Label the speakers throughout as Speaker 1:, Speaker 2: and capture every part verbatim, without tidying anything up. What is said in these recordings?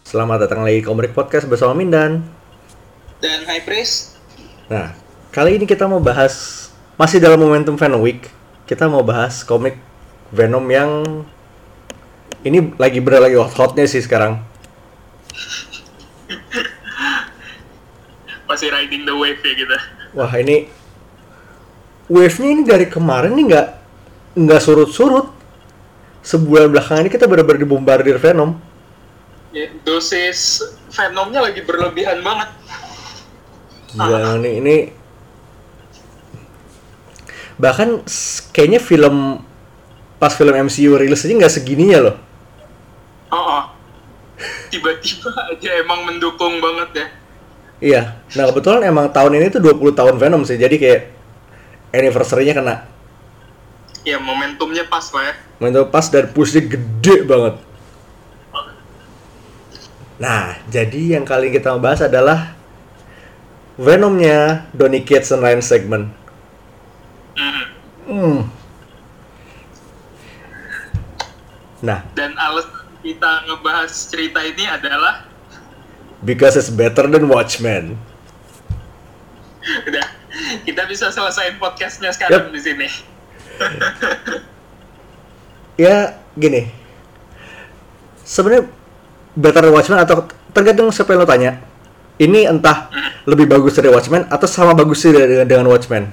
Speaker 1: Selamat datang lagi ke Komrik Podcast bersama Mindan.
Speaker 2: Dan High Priest.
Speaker 1: Nah, kali ini kita mau bahas, masih dalam momentum Venom Week, kita mau bahas komik Venom yang ini lagi bener lagi hot-hotnya sih sekarang.
Speaker 2: Masih riding the wave ya kita.
Speaker 1: Wah, ini wave-nya ini dari kemarin nih nggak nggak surut-surut. Sebulan belakangan ini kita benar-benar dibombardir Venom.
Speaker 2: Ya, dosis Venomnya lagi berlebihan banget.
Speaker 1: Gila, ini, ini bahkan s- kayaknya film pas film M C U rilis aja nggak segininya loh.
Speaker 2: Oh, oh. Tiba-tiba aja emang mendukung banget ya.
Speaker 1: Iya, nah kebetulan emang tahun ini tuh dua puluh tahun Venom sih, jadi kayak anniversary-nya kena.
Speaker 2: Ya momentumnya pas lah ya.
Speaker 1: Momentum pas dan push-nya gede banget. Nah, jadi yang kali ini kita mau bahas adalah Venomnya Donny Cates dan Ryan Stegman.
Speaker 2: Mhm.
Speaker 1: Hmm. Nah,
Speaker 2: Dan alasan kita ngebahas cerita ini adalah
Speaker 1: because it's better than Watchmen.
Speaker 2: udah kita bisa selesaiin podcastnya sekarang
Speaker 1: Yep.
Speaker 2: di sini.
Speaker 1: Ya, gini. Sebenarnya better than Watchmen atau tergantung siapa yang lo tanya. Ini entah lebih bagus dari Watchmen atau sama bagusnya dengan, dengan Watchmen.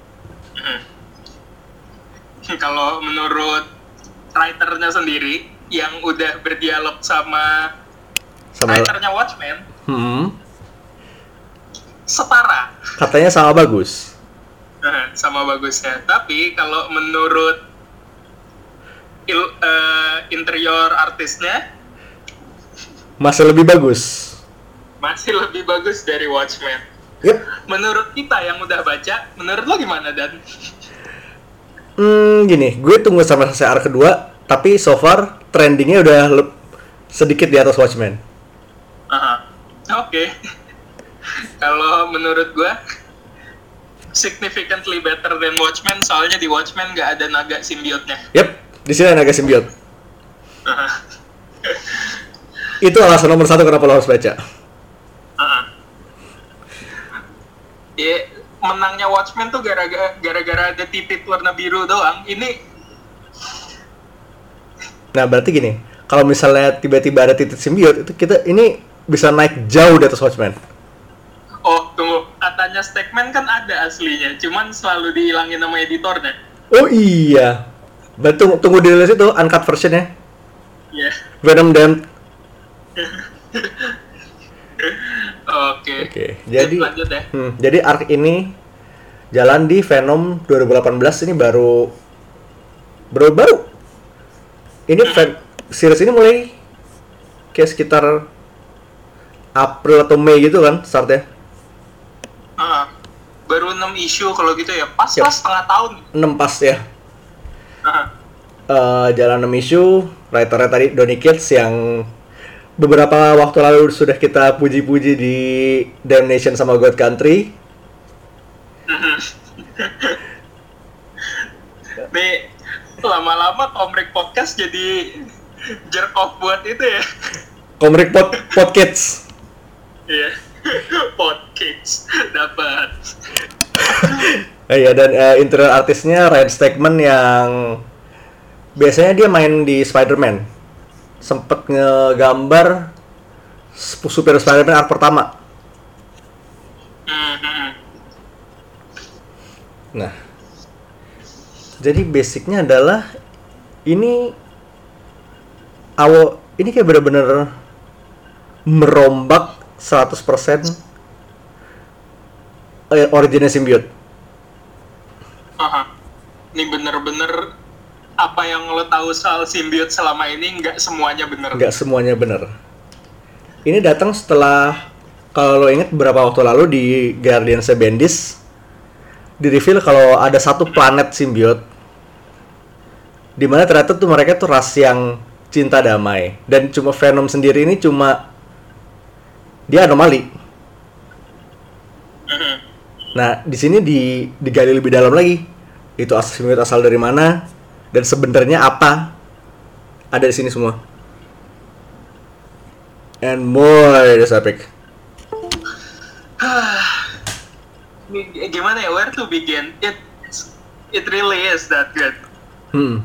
Speaker 2: Kalau menurut writernya sendiri yang udah berdialog sama,
Speaker 1: Sama
Speaker 2: writernya Watchmen,
Speaker 1: hmm,
Speaker 2: setara.
Speaker 1: katanya sama bagus.
Speaker 2: Nah, sama bagusnya. Tapi kalau menurut il- eh, interior artisnya
Speaker 1: Masih lebih bagus.
Speaker 2: masih lebih bagus dari Watchmen.
Speaker 1: Yep.
Speaker 2: Menurut kita yang udah baca, menurut lo gimana Dan?
Speaker 1: Hmm, gini, gue tunggu sampai selesai arc kedua, tapi so far trendingnya udah le- sedikit di atas Watchmen.
Speaker 2: Aha. Oke. Kalau menurut gua significantly better than Watchmen, soalnya di Watchmen nggak ada naga simbiotnya.
Speaker 1: Yep, di sini ada naga simbiot.
Speaker 2: Aha.
Speaker 1: Itu alasan nomor satu kenapa lo harus baca.
Speaker 2: Aha. Ya, menangnya Watchmen tuh gara-gara gara-gara ada titik warna biru doang. Ini
Speaker 1: Nah, berarti gini, kalau misalnya tiba-tiba ada titik simbiot, itu kita ini bisa naik jauh di atas Watchmen.
Speaker 2: oh tunggu, katanya Stegman kan ada aslinya, cuman selalu dihilangin sama editornya.
Speaker 1: Oh iya, berarti tunggu, tunggu di rilis itu uncut versionnya.
Speaker 2: Ya.
Speaker 1: Venom Damned.
Speaker 2: Oke.
Speaker 1: Oke, jadi
Speaker 2: lanjut ya.
Speaker 1: hmm, jadi arc ini jalan di Venom dua ribu delapan belas ini baru baru baru. Ini Ven- series ini mulai kayak sekitar April atau Mei gitu kan startnya.
Speaker 2: Ah, baru enam isu kalau gitu ya. Pas
Speaker 1: Yep.
Speaker 2: lah setengah tahun.
Speaker 1: enam pas ya.
Speaker 2: Ah,
Speaker 1: Eh, jalan enam isu, writernya tadi Donny Cates yang beberapa waktu lalu sudah kita puji-puji di Damnation sama God Country.
Speaker 2: nih lama-lama Komrik Podcast jadi jerk off buat itu ya.
Speaker 1: Komrik Pod Podcasts.
Speaker 2: Iya. Podcast dapat.
Speaker 1: Eh, Iya, dan eh, interior artisnya Ryan Stegman yang biasanya dia main di Spider-Man. Sempet ngegambar Sp- Super Spider-Man arc pertama.
Speaker 2: Mhm.
Speaker 1: Nah, jadi basicnya adalah ini awal ini kayak bener-bener merombak seratus persen eh, originnya symbiote.
Speaker 2: Aha. Ini bener-bener apa yang lo tahu soal simbiot selama ini nggak semuanya bener.
Speaker 1: Nggak semuanya bener. Ini datang setelah, kalau lo inget beberapa waktu lalu di Guardians of Bendis di reveal kalau ada satu planet simbiot dimana ternyata tuh mereka tuh ras yang cinta damai, dan cuma Venom sendiri ini cuma dia anomali.
Speaker 2: Mhm.
Speaker 1: Nah, di sini di digali lebih dalam lagi. Itu asal simbiot asal dari mana dan sebenarnya apa ada di sini semua. and more is epic.
Speaker 2: G- Gimana ya, where to begin? It it really is that good.
Speaker 1: Hmm.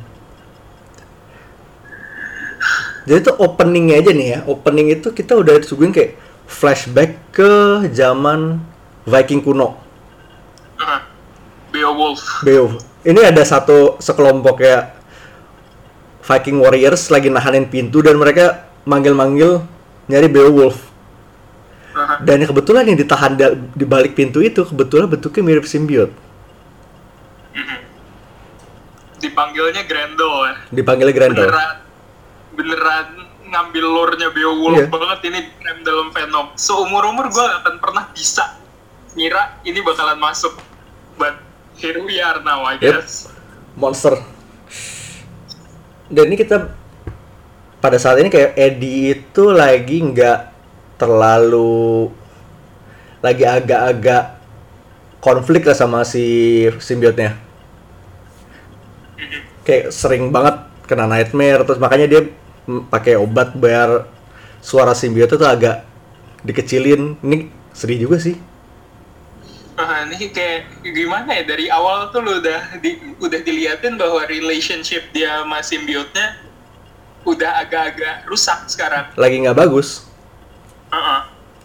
Speaker 1: Jadi tuh openingnya aja nih ya, opening itu kita udah disuguhin kayak flashback ke zaman Viking kuno.
Speaker 2: Uh, Beowulf.
Speaker 1: Beowulf. Ini ada satu sekelompok ya Viking warriors lagi nahanin pintu dan mereka manggil-manggil nyari Beowulf.
Speaker 2: Uh-huh.
Speaker 1: Dan kebetulan yang ditahan da- di balik pintu itu kebetulan bentuknya mirip symbiote.
Speaker 2: Mm-hmm. Dipanggilnya Grendel ya.
Speaker 1: Dipanggilnya Grendel.
Speaker 2: Beneran, beneran ngambil lore-nya Beowulf
Speaker 1: Iya.
Speaker 2: banget ini di dalam Venom. Seumur-umur gue gak akan pernah bisa ngira ini bakalan masuk. But here we are now, I
Speaker 1: Yep.
Speaker 2: guess.
Speaker 1: Monster. Dan ini kita pada saat ini kayak Eddie itu lagi nggak terlalu lagi agak-agak konflik lah sama si symbiote-nya. Kayak sering banget kena nightmare, terus makanya dia mm, pakai obat biar suara symbiote tuh agak dikecilin. Ini sedih juga sih.
Speaker 2: Ah, ini kayak gimana ya, dari awal tuh lu udah di, udah diliatin bahwa relationship dia sama symbiote-nya udah agak-agak rusak sekarang.
Speaker 1: Lagi nggak bagus.
Speaker 2: Uh-uh.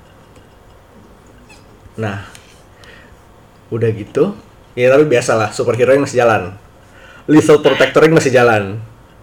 Speaker 1: Nah, udah gitu, ya tapi biasalah, superhero yang masih jalan. Lethal Protector yang masih jalan.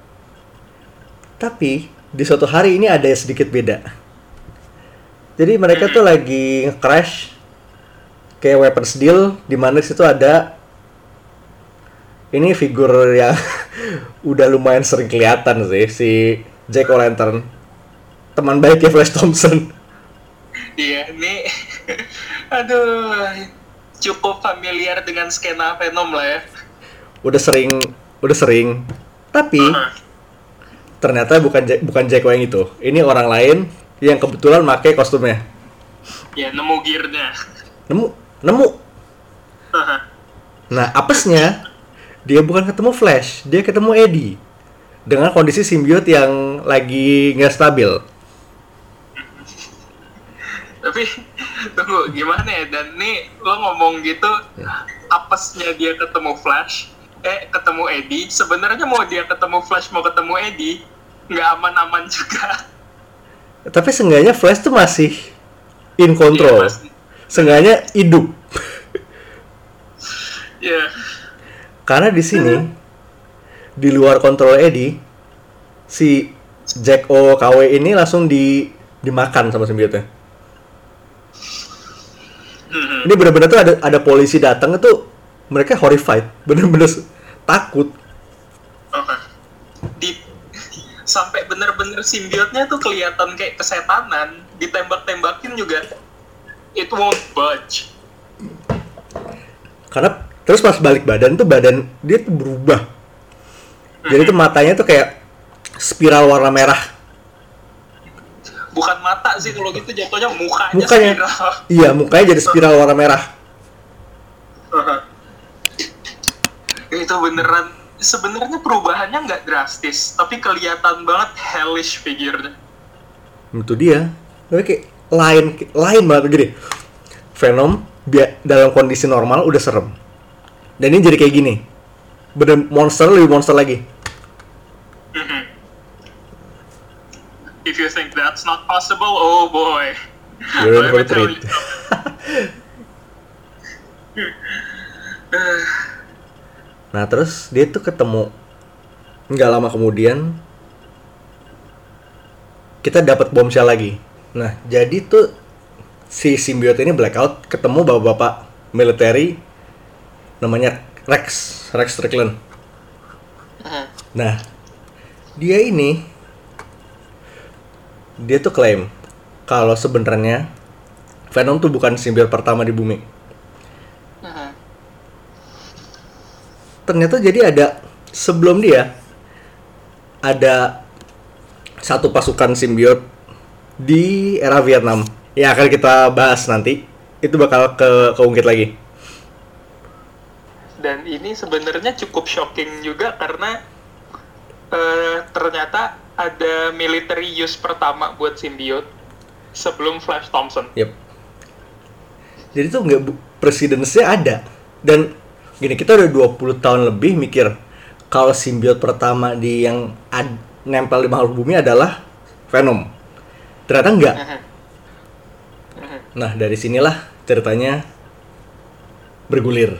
Speaker 1: Tapi, di suatu hari ini ada yang sedikit beda. Jadi mereka tuh lagi nge-crash kayak weapons deal, di mana situ ada ini figur yang udah lumayan sering kelihatan sih, si Jack O'Lantern. Teman baiknya Flash Thompson.
Speaker 2: Iya, ini aduh, cukup familiar dengan skena Venom lah ya.
Speaker 1: Udah sering, udah sering. Tapi
Speaker 2: Uh-huh.
Speaker 1: ternyata bukan Jack, bukan Jacko yang itu. Ini orang lain yang kebetulan pakai kostumnya.
Speaker 2: Ya, nemu gear-nya.
Speaker 1: Nemu, nemu.
Speaker 2: Uh-huh.
Speaker 1: Nah, apesnya dia bukan ketemu Flash, dia ketemu Eddie dengan kondisi symbiote yang lagi nggak stabil.
Speaker 2: Tapi tunggu, gimana ya? Dan nih lo ngomong gitu, apesnya dia ketemu Flash, eh ketemu Eddie. Sebenarnya mau dia ketemu Flash, mau ketemu Eddie, nggak aman-aman juga.
Speaker 1: Tapi seenggaknya Flash tuh masih in control.
Speaker 2: Iya, masih.
Speaker 1: Seenggaknya hidup.
Speaker 2: Ya,
Speaker 1: Karena di sini di luar kontrol Eddie, si Jack O K W ini langsung di dimakan sama symbiote-nya.
Speaker 2: Mhm.
Speaker 1: Ini benar-benar tuh ada ada polisi datang itu mereka horrified, bener-bener s- takut.
Speaker 2: Oke. Di sampai bener-bener simbiotnya tuh kelihatan kayak kesetanan, ditembak-tembakin juga it won't budge.
Speaker 1: Karena terus pas balik badan tuh badan dia tuh berubah. Jadi tuh matanya tuh kayak spiral warna merah.
Speaker 2: Bukan mata sih kalau gitu, jatuhnya mukanya,
Speaker 1: Mukanya,
Speaker 2: spiral.
Speaker 1: iya mukanya jadi spiral warna merah.
Speaker 2: Itu beneran, sebenarnya perubahannya nggak drastis, tapi kelihatan banget hellish figure-nya.
Speaker 1: Itu dia. Tapi kayak lain lain banget gini. Venom dia dalam kondisi normal udah serem. Dan ini jadi kayak gini. Bener monster lebih monster lagi.
Speaker 2: Mhm. If you think that's not possible, oh boy.
Speaker 1: You're in
Speaker 2: Let
Speaker 1: for
Speaker 2: me
Speaker 1: a
Speaker 2: tell
Speaker 1: treat.
Speaker 2: you. Eh,
Speaker 1: Nah terus dia tuh ketemu nggak lama kemudian kita dapat bombshell lagi. Nah jadi tuh si symbiote ini blackout ketemu bapak-bapak military namanya Rex Rex Strickland.
Speaker 2: mhm.
Speaker 1: Nah dia ini dia tuh klaim kalau sebenarnya Venom tuh bukan symbiote pertama di bumi.
Speaker 2: Mhm.
Speaker 1: Ternyata jadi ada sebelum dia ada satu pasukan symbiote di era Vietnam yang akan kita bahas nanti. Itu bakal ke keungkit lagi.
Speaker 2: Dan ini sebenarnya cukup shocking juga karena eh, ternyata ada military use pertama buat symbiote sebelum Flash Thompson.
Speaker 1: Yep. Jadi tuh nggak presidensinya ada. Dan gini, kita udah dua puluh tahun lebih mikir kalau simbiot pertama di yang ad, nempel di makhluk bumi adalah Venom. Ternyata enggak. Nah, dari sinilah ceritanya bergulir.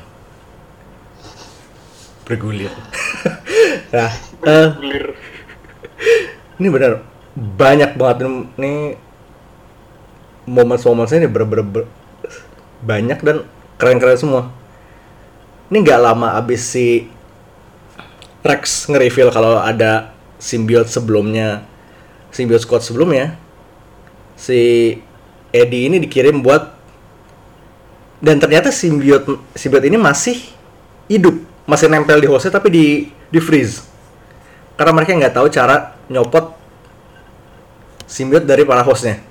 Speaker 1: Bergulir. Nah, uh,
Speaker 2: Bergulir.
Speaker 1: ini benar banyak banget nih momen-momennya ini bener-bener banyak dan keren-keren semua. Ini nggak lama abis si Rex nge-reveal kalau ada simbiot sebelumnya, simbiot squad sebelumnya, si Eddie ini dikirim buat, dan ternyata simbiot simbiot ini masih hidup, masih nempel di hostnya tapi di di freeze karena mereka nggak tahu cara nyopot simbiot dari para hostnya.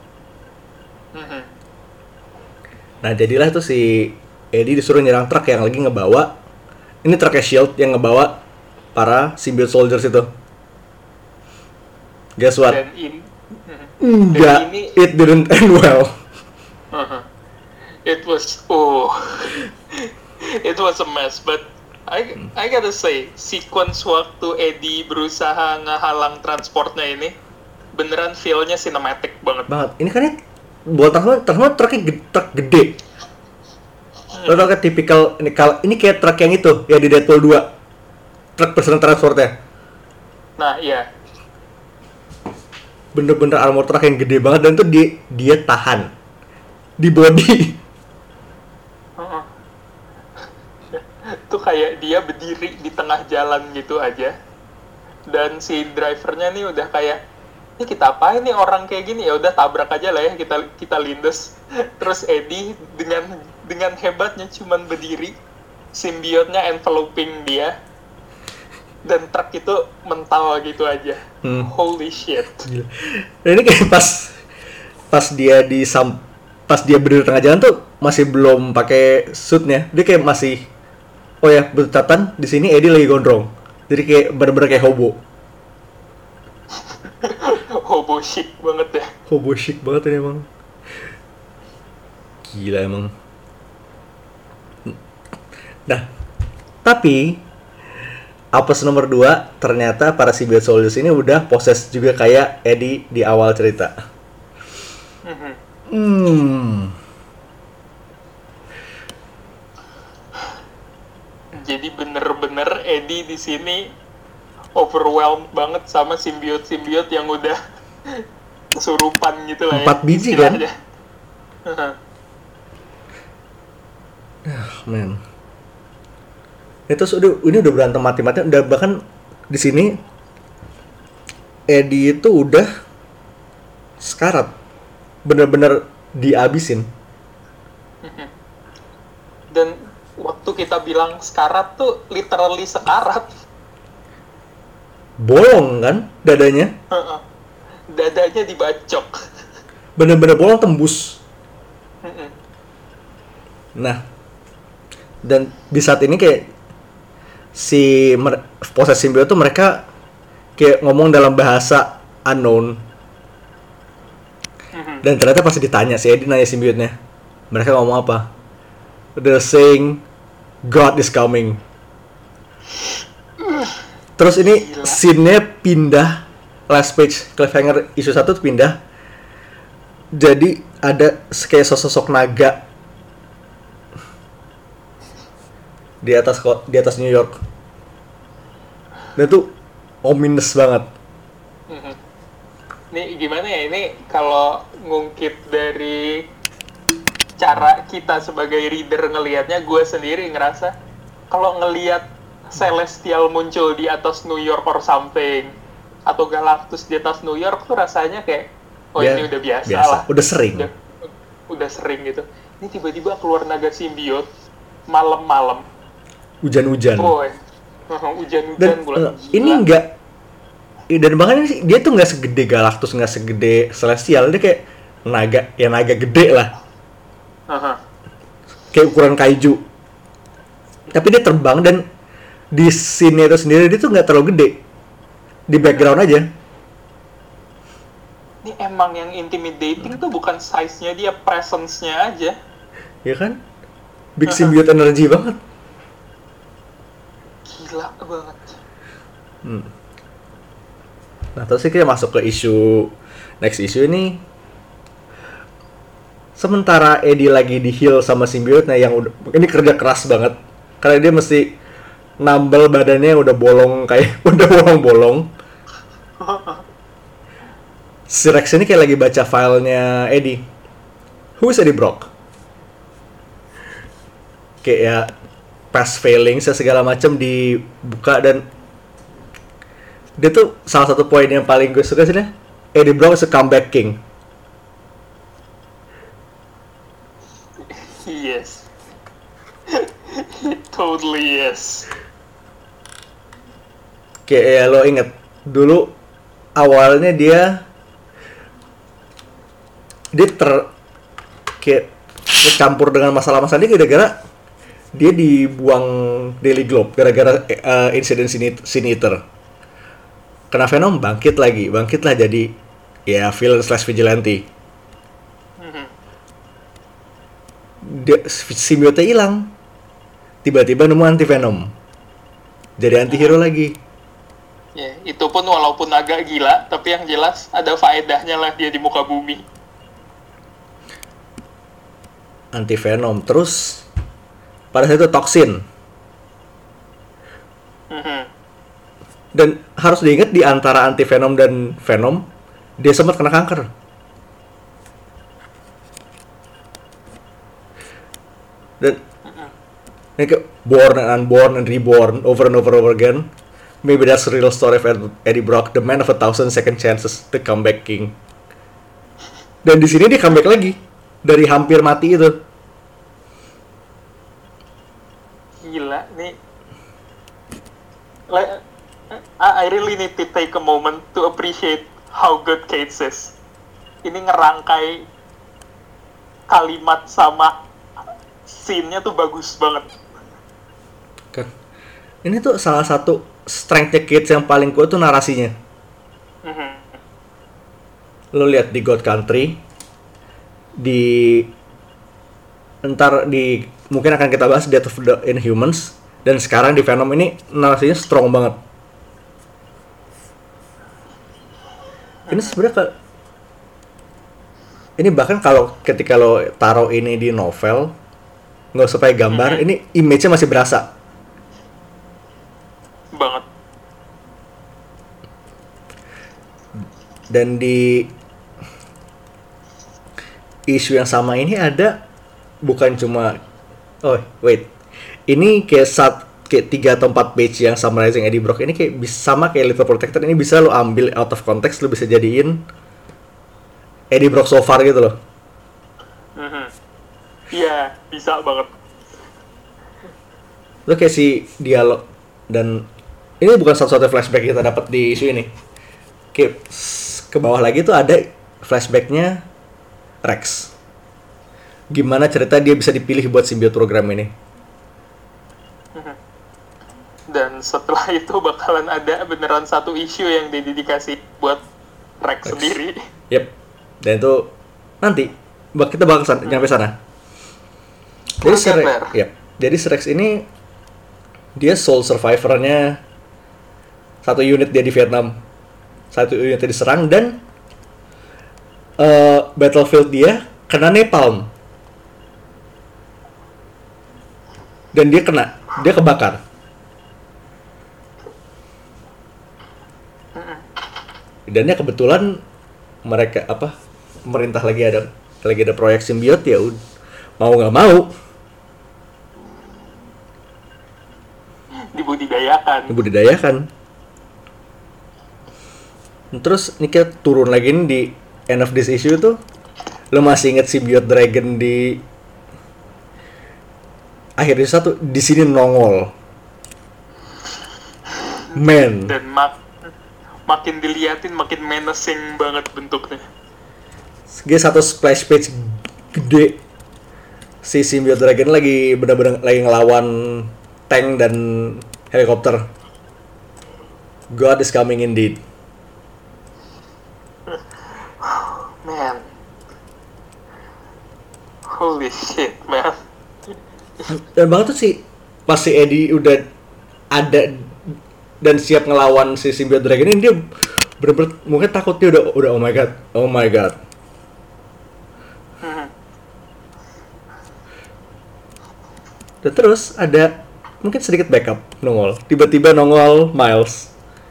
Speaker 1: Nah, jadilah tuh si Eddie disuruh nyerang truk yang lagi ngebawa, ini truknya Shield yang ngebawa para symbiote soldiers itu. Guess what?
Speaker 2: Dan in,
Speaker 1: Enggak,
Speaker 2: dan ini,
Speaker 1: it didn't end well.
Speaker 2: uh-huh. It was, oh, it was a mess. But I, I gotta say, sequence waktu Eddie berusaha ngehalang transportnya ini, beneran feel-nya cinematic banget.
Speaker 1: Banget. Ini kan ya, buat aku, terus truknya gede, truk gede. Lo tau kan tipikal, ini, kal, ini kayak truk yang itu, ya di Deadpool dua. Truk personal transportnya.
Speaker 2: Nah, iya.
Speaker 1: Bener-bener armor truck yang gede banget, dan tuh dia, dia tahan. Di body.
Speaker 2: Uh-uh. Tuh kayak dia berdiri di tengah jalan gitu aja. Dan si drivernya nih udah kayak, ini kita apain nih orang kayak gini, ya udah tabrak aja lah ya, kita kita lindes. Terus Eddie dengan dengan hebatnya cuman berdiri, simbiotnya enveloping dia, dan truk itu mental gitu aja. Hmm. Holy shit.
Speaker 1: Gila. Nah, ini kayak pas pas dia di sam, pas dia berdiri di tengah jalan tuh masih belum pakai suitnya, dia kayak masih, oh ya betatan di sini Eddie lagi gondrong, jadi kayak bener-bener kayak hobo.
Speaker 2: Hobo chic banget ya.
Speaker 1: Hobo chic banget ini emang. Gila emang. Nah, tapi apes nomor dua, ternyata para symbiote soldiers ini udah possess juga kayak Eddie di awal cerita.
Speaker 2: Mm-hmm.
Speaker 1: Hmm.
Speaker 2: Jadi bener-bener Eddie di sini overwhelmed banget sama simbiot-simbiot yang udah kesurupan gitu lah ya.
Speaker 1: Empat biji kan? Ah, man. Itu udah ini udah berantem mati-mati, udah bahkan di sini Eddie itu udah sekarat. Bener-bener dihabisin.
Speaker 2: Dan waktu kita bilang sekarat tuh literally sekarat.
Speaker 1: Bolong kan dadanya?
Speaker 2: Dadanya dibacok.
Speaker 1: Bener-bener bolong tembus. Nah, dan di saat ini kayak si mer- proses simbiot tuh mereka kayak ngomong dalam bahasa unknown. Dan ternyata pas ditanya si Eddie nanya simbiotnya, mereka ngomong apa? They're saying God is coming. Terus ini scene-nya pindah, last page cliffhanger issue satu tuh pindah. Jadi ada kayak sosok naga di atas di atas New York. Dan itu ominous banget.
Speaker 2: Nih gimana ya, ini kalau ngungkit dari cara kita sebagai reader ngelihatnya, gue sendiri ngerasa kalau ngelihat Celestial muncul di atas New York or something, atau Galactus di atas New York tuh rasanya kayak, oh ya, ini udah biasa, biasa lah,
Speaker 1: udah sering,
Speaker 2: udah, udah sering gitu. Ini tiba-tiba keluar naga simbiot malam-malam,
Speaker 1: hujan-hujan,
Speaker 2: oh, hujan-hujan,
Speaker 1: dan uh, ini enggak, dan bahkan ini dia tuh nggak segede Galactus, nggak segede Celestial, dia kayak naga, ya naga gede lah, uh-huh. kayak ukuran kaiju, tapi dia terbang dan di scene itu sendiri dia tuh nggak terlalu gede, di background aja.
Speaker 2: Ini emang yang intimidating tuh bukan size-nya dia, presence-nya aja.
Speaker 1: Ya kan? Big symbiote energy banget.
Speaker 2: Gila banget.
Speaker 1: Hmm. Nah, terus kita masuk ke isu next issue ini. Sementara Eddie lagi di heal sama symbiote, nah yang udah ini kerja keras banget karena dia mesti nambel badannya udah bolong kayak udah bolong-bolong. Si Rex ini kayak lagi baca filenya Eddie. Who is Eddie Brock? Kayak ya past failings segala macam dibuka, dan dia tuh salah satu poin yang paling gue suka sih deh. Eddie Brock is a comeback king.
Speaker 2: Yes. Totally yes.
Speaker 1: Kayak ya lo inget dulu awalnya dia dia ter kayak tercampur dengan masalah-masalah dia gara-gara dia dibuang Daily Globe gara-gara uh, insiden Sin Eater. Kena Venom, bangkit lagi, bangkitlah jadi ya villain slash vigilante.
Speaker 2: Mm-hmm.
Speaker 1: Dia symbiote hilang, tiba-tiba nemu anti Venom, jadi anti hero lagi.
Speaker 2: Ya, itu pun walaupun agak gila, tapi yang jelas ada faedahnya lah dia di muka bumi.
Speaker 1: Anti Venom, terus pada saat itu toksin.
Speaker 2: Mm-hmm.
Speaker 1: Dan harus diingat di antara anti Venom dan Venom, dia sempat kena kanker. Dan mm-hmm. ini kayak born and unborn and reborn over and over and over again. Maybe that's the real story of Eddie Brock, the man of a thousand second chances, the comeback king. Dan di sini dia comeback lagi dari hampir mati itu.
Speaker 2: Gila nih. Like, I really need to take a moment to appreciate how good Cates is. Ini ngerangkai kalimat sama scene-nya tuh bagus banget.
Speaker 1: Kan. Ini tuh salah satu strength-nya Cates yang paling kuat tuh narasinya.
Speaker 2: Mm-hmm.
Speaker 1: Lo lihat di God Country, di ntar di mungkin akan kita bahas Death of the Inhumans, dan sekarang di Venom ini narasinya strong banget. Ini sebenarnya ini bahkan kalau ketika lo taruh ini di novel, nggak usah pakai gambar, mm-hmm. ini image-nya masih berasa
Speaker 2: banget.
Speaker 1: Dan di isu yang sama ini ada bukan cuma oh wait ini kayak saat kayak tiga atau empat page yang summarizing Eddie Brock ini kayak bisa sama kayak Little Protector, ini bisa lo ambil out of context, lo bisa jadiin Eddie Brock so far gitu loh.
Speaker 2: Mm-hmm. Iya, bisa banget.
Speaker 1: Lo kayak si dialog, dan ini bukan satu-satu flashback kita dapat di isu ini. Kayak ke bawah lagi tuh ada flashbacknya Rex. Gimana cerita dia bisa dipilih buat symbiote program ini.
Speaker 2: Dan setelah itu bakalan ada beneran satu isu yang didedikasi buat Rex, Rex. sendiri.
Speaker 1: Yep. Dan itu nanti kita bakal san- nyampe sana. Jadi si Rex, yep. Jadi si Rex ini dia soul survivor-nya satu unit dia di Vietnam. Satu unit dia diserang dan uh, battlefield dia kena napalm. Dan dia kena, dia kebakar. Dan ya kebetulan mereka apa pemerintah lagi ada lagi ada proyek symbiote, ya mau nggak mau
Speaker 2: dibudidayakan.
Speaker 1: Dibudidayakan. Terus ini kita turun lagi nih di end of this issue tuh. Lo masih inget symbiote dragon di akhirnya satu di sini nongol. Man.
Speaker 2: Dan mak makin diliatin makin menacing banget bentuknya.
Speaker 1: Dia satu splash page gede. Si symbiote dragon lagi benar-benar lagi ngelawan tank dan helikopter. God is coming indeed.
Speaker 2: Man. Holy shit, man.
Speaker 1: Dan banget tuh sih pas si Eddie udah ada dan siap ngelawan si Symbiote Dragon ini, dia bener-bener mungkin takut, dia udah udah oh my god, oh my god.
Speaker 2: Mhm.
Speaker 1: Dan terus ada mungkin sedikit backup nongol, tiba-tiba nongol Miles.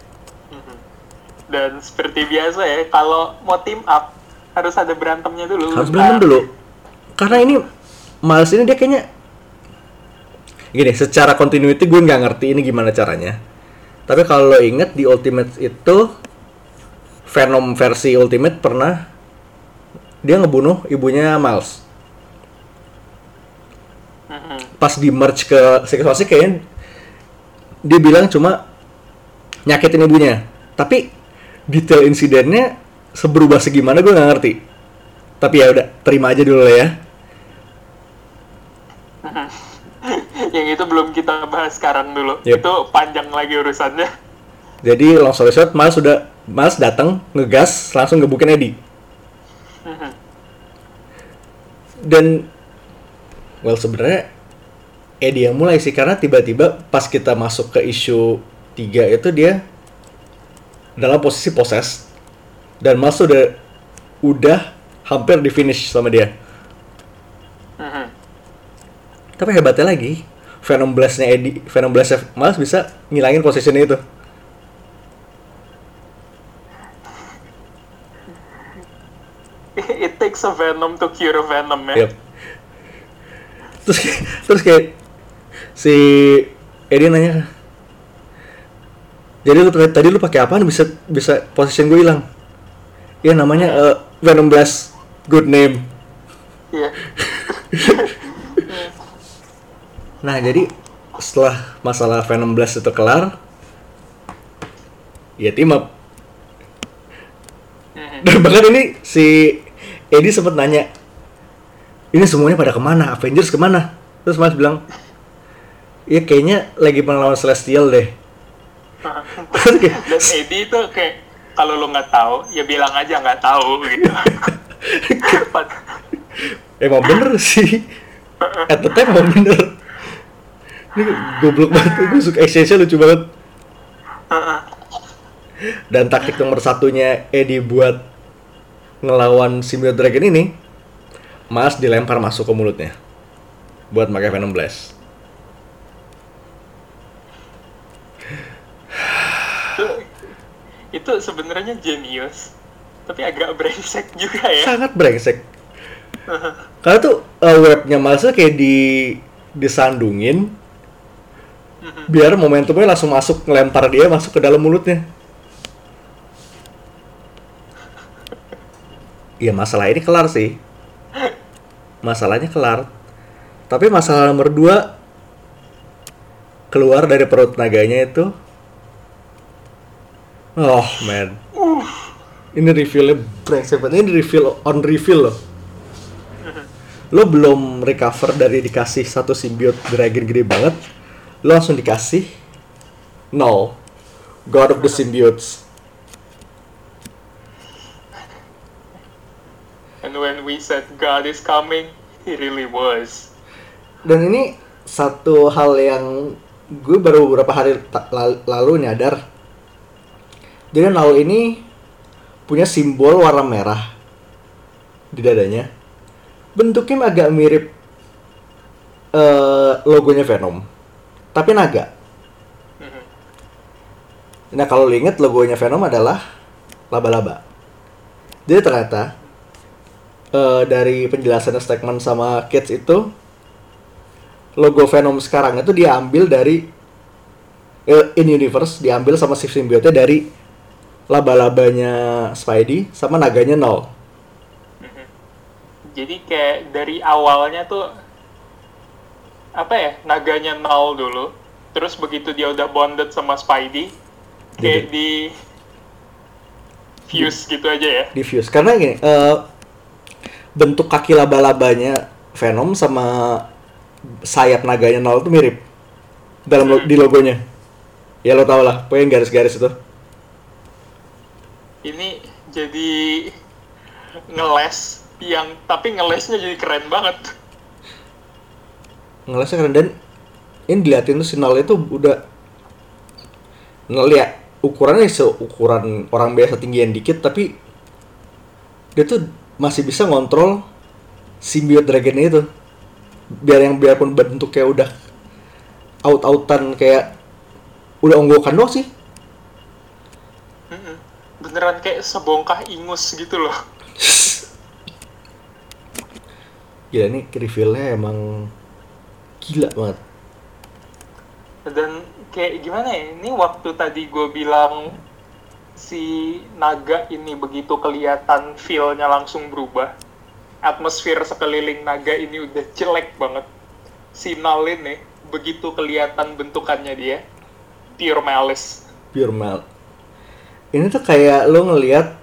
Speaker 2: Dan seperti biasa ya, kalau mau team up harus ada berantemnya dulu.
Speaker 1: Harus berantem dulu. Karena ini Miles ini dia kayaknya gini, secara continuity gue nggak ngerti ini gimana caranya. Tapi kalau lo inget di Ultimate itu, Venom versi Ultimate pernah dia ngebunuh ibunya Miles.
Speaker 2: Mhm.
Speaker 1: Pas di merge ke Secret Wars kayaknya dia bilang cuma nyakitin ibunya. Tapi detail insidennya seberubah segimana gue nggak ngerti. Tapi ya udah, terima aja dulu lah ya.
Speaker 2: Yang itu belum kita bahas sekarang dulu.
Speaker 1: Yep.
Speaker 2: Itu panjang lagi urusannya.
Speaker 1: Jadi long story short, Miles sudah Miles datang ngegas langsung ngebukin Eddie.
Speaker 2: Mhm.
Speaker 1: Dan well sebenarnya Eddie yang mulai sih, karena tiba-tiba pas kita masuk ke isu tiga itu dia dalam posisi possess dan Miles udah udah hampir di finish sama dia.
Speaker 2: Mhm.
Speaker 1: Tapi hebatnya lagi, Venom Blast-nya Eddie, Venom Blast-nya Miles bisa ngilangin posisinya itu.
Speaker 2: It takes a Venom to cure a Venom ya.
Speaker 1: Yep. Terus terus kayak si Eddie nanya, jadi lu tadi lu pakai apaan bisa bisa position gue hilang? Ya namanya uh, Venom Blast, good name.
Speaker 2: Iya.
Speaker 1: Nah jadi setelah masalah Venom Blast itu kelar, ya team up. Dan bahkan ini si Eddie sempat nanya, ini semuanya pada kemana? Avengers kemana? Terus Mas bilang, ya kayaknya lagi melawan Celestial deh.
Speaker 2: Dan Eddie itu kayak kalau lo nggak tahu ya bilang aja nggak tahu gitu.
Speaker 1: Emang bener sih, at the time emang bener. Ini goblok banget, gue suka exchange-nya lucu banget. Dan taktik nomor satunya Eddie buat ngelawan Symbiote Dragon ini, Miles dilempar masuk ke mulutnya buat pakai Venom Blast.
Speaker 2: itu, itu sebenarnya genius, tapi agak brengsek juga ya.
Speaker 1: Sangat brengsek. Karena tuh uh, webnya Miles kayak di disandungin, biar momentumnya langsung masuk, ngelempar dia masuk ke dalam mulutnya. Iya, masalah ini kelar sih. Masalahnya kelar. Tapi masalah nomor dua, keluar dari perut naganya itu, oh man, ini reveal-nya brengsek banget. Ini reveal on reveal loh. Lo belum recover dari dikasih satu symbiote dragon gede banget, lo langsung dikasih Null, God of the Symbiotes.
Speaker 2: And when we said God is coming, he really was.
Speaker 1: Dan ini satu hal yang gue baru beberapa hari ta- lal- lalu nyadar. Jadi Null ini punya simbol warna merah di dadanya. Bentuknya agak mirip uh, logonya Venom, tapi naga. Nah kalau lo inget, logonya Venom adalah laba-laba. Jadi ternyata uh, dari penjelasan Stackman sama Kids itu, logo Venom sekarang itu diambil dari uh, in universe, diambil sama si symbiote dari laba-labanya Spidey sama naganya Null.
Speaker 2: Jadi kayak dari awalnya tuh apa ya, naganya Null dulu, terus begitu dia udah bonded sama Spidey, kayak
Speaker 1: Jadi,
Speaker 2: di fuse gitu aja ya.
Speaker 1: di fuse karena gini, uh, bentuk kaki laba-labanya Venom sama sayap naganya Null itu mirip dalam lo- di logonya. Ya lo tau lah, pokoknya garis-garis itu.
Speaker 2: Ini jadi ngeles yang tapi ngelesnya jadi keren banget.
Speaker 1: Ngelesnya keren, dan ini diliatin tuh si Null itu udah ngeliat ukurannya seukuran orang biasa tinggian dikit, tapi dia tuh masih bisa ngontrol symbiote dragonnya itu, biar yang biarpun bentuknya udah out-outan kayak udah onggokan doang sih.
Speaker 2: Mm-mm. Beneran kayak sebongkah ingus gitu loh.
Speaker 1: Gila, nih reveal-nya emang gila banget.
Speaker 2: Dan kayak gimana ya, ini waktu tadi gue bilang si naga ini begitu kelihatan feel-nya langsung berubah, atmosfer sekeliling naga ini udah jelek banget. Si Null ini begitu kelihatan bentukannya dia pure malice.
Speaker 1: Pure mal. Ini tuh kayak lo ngelihat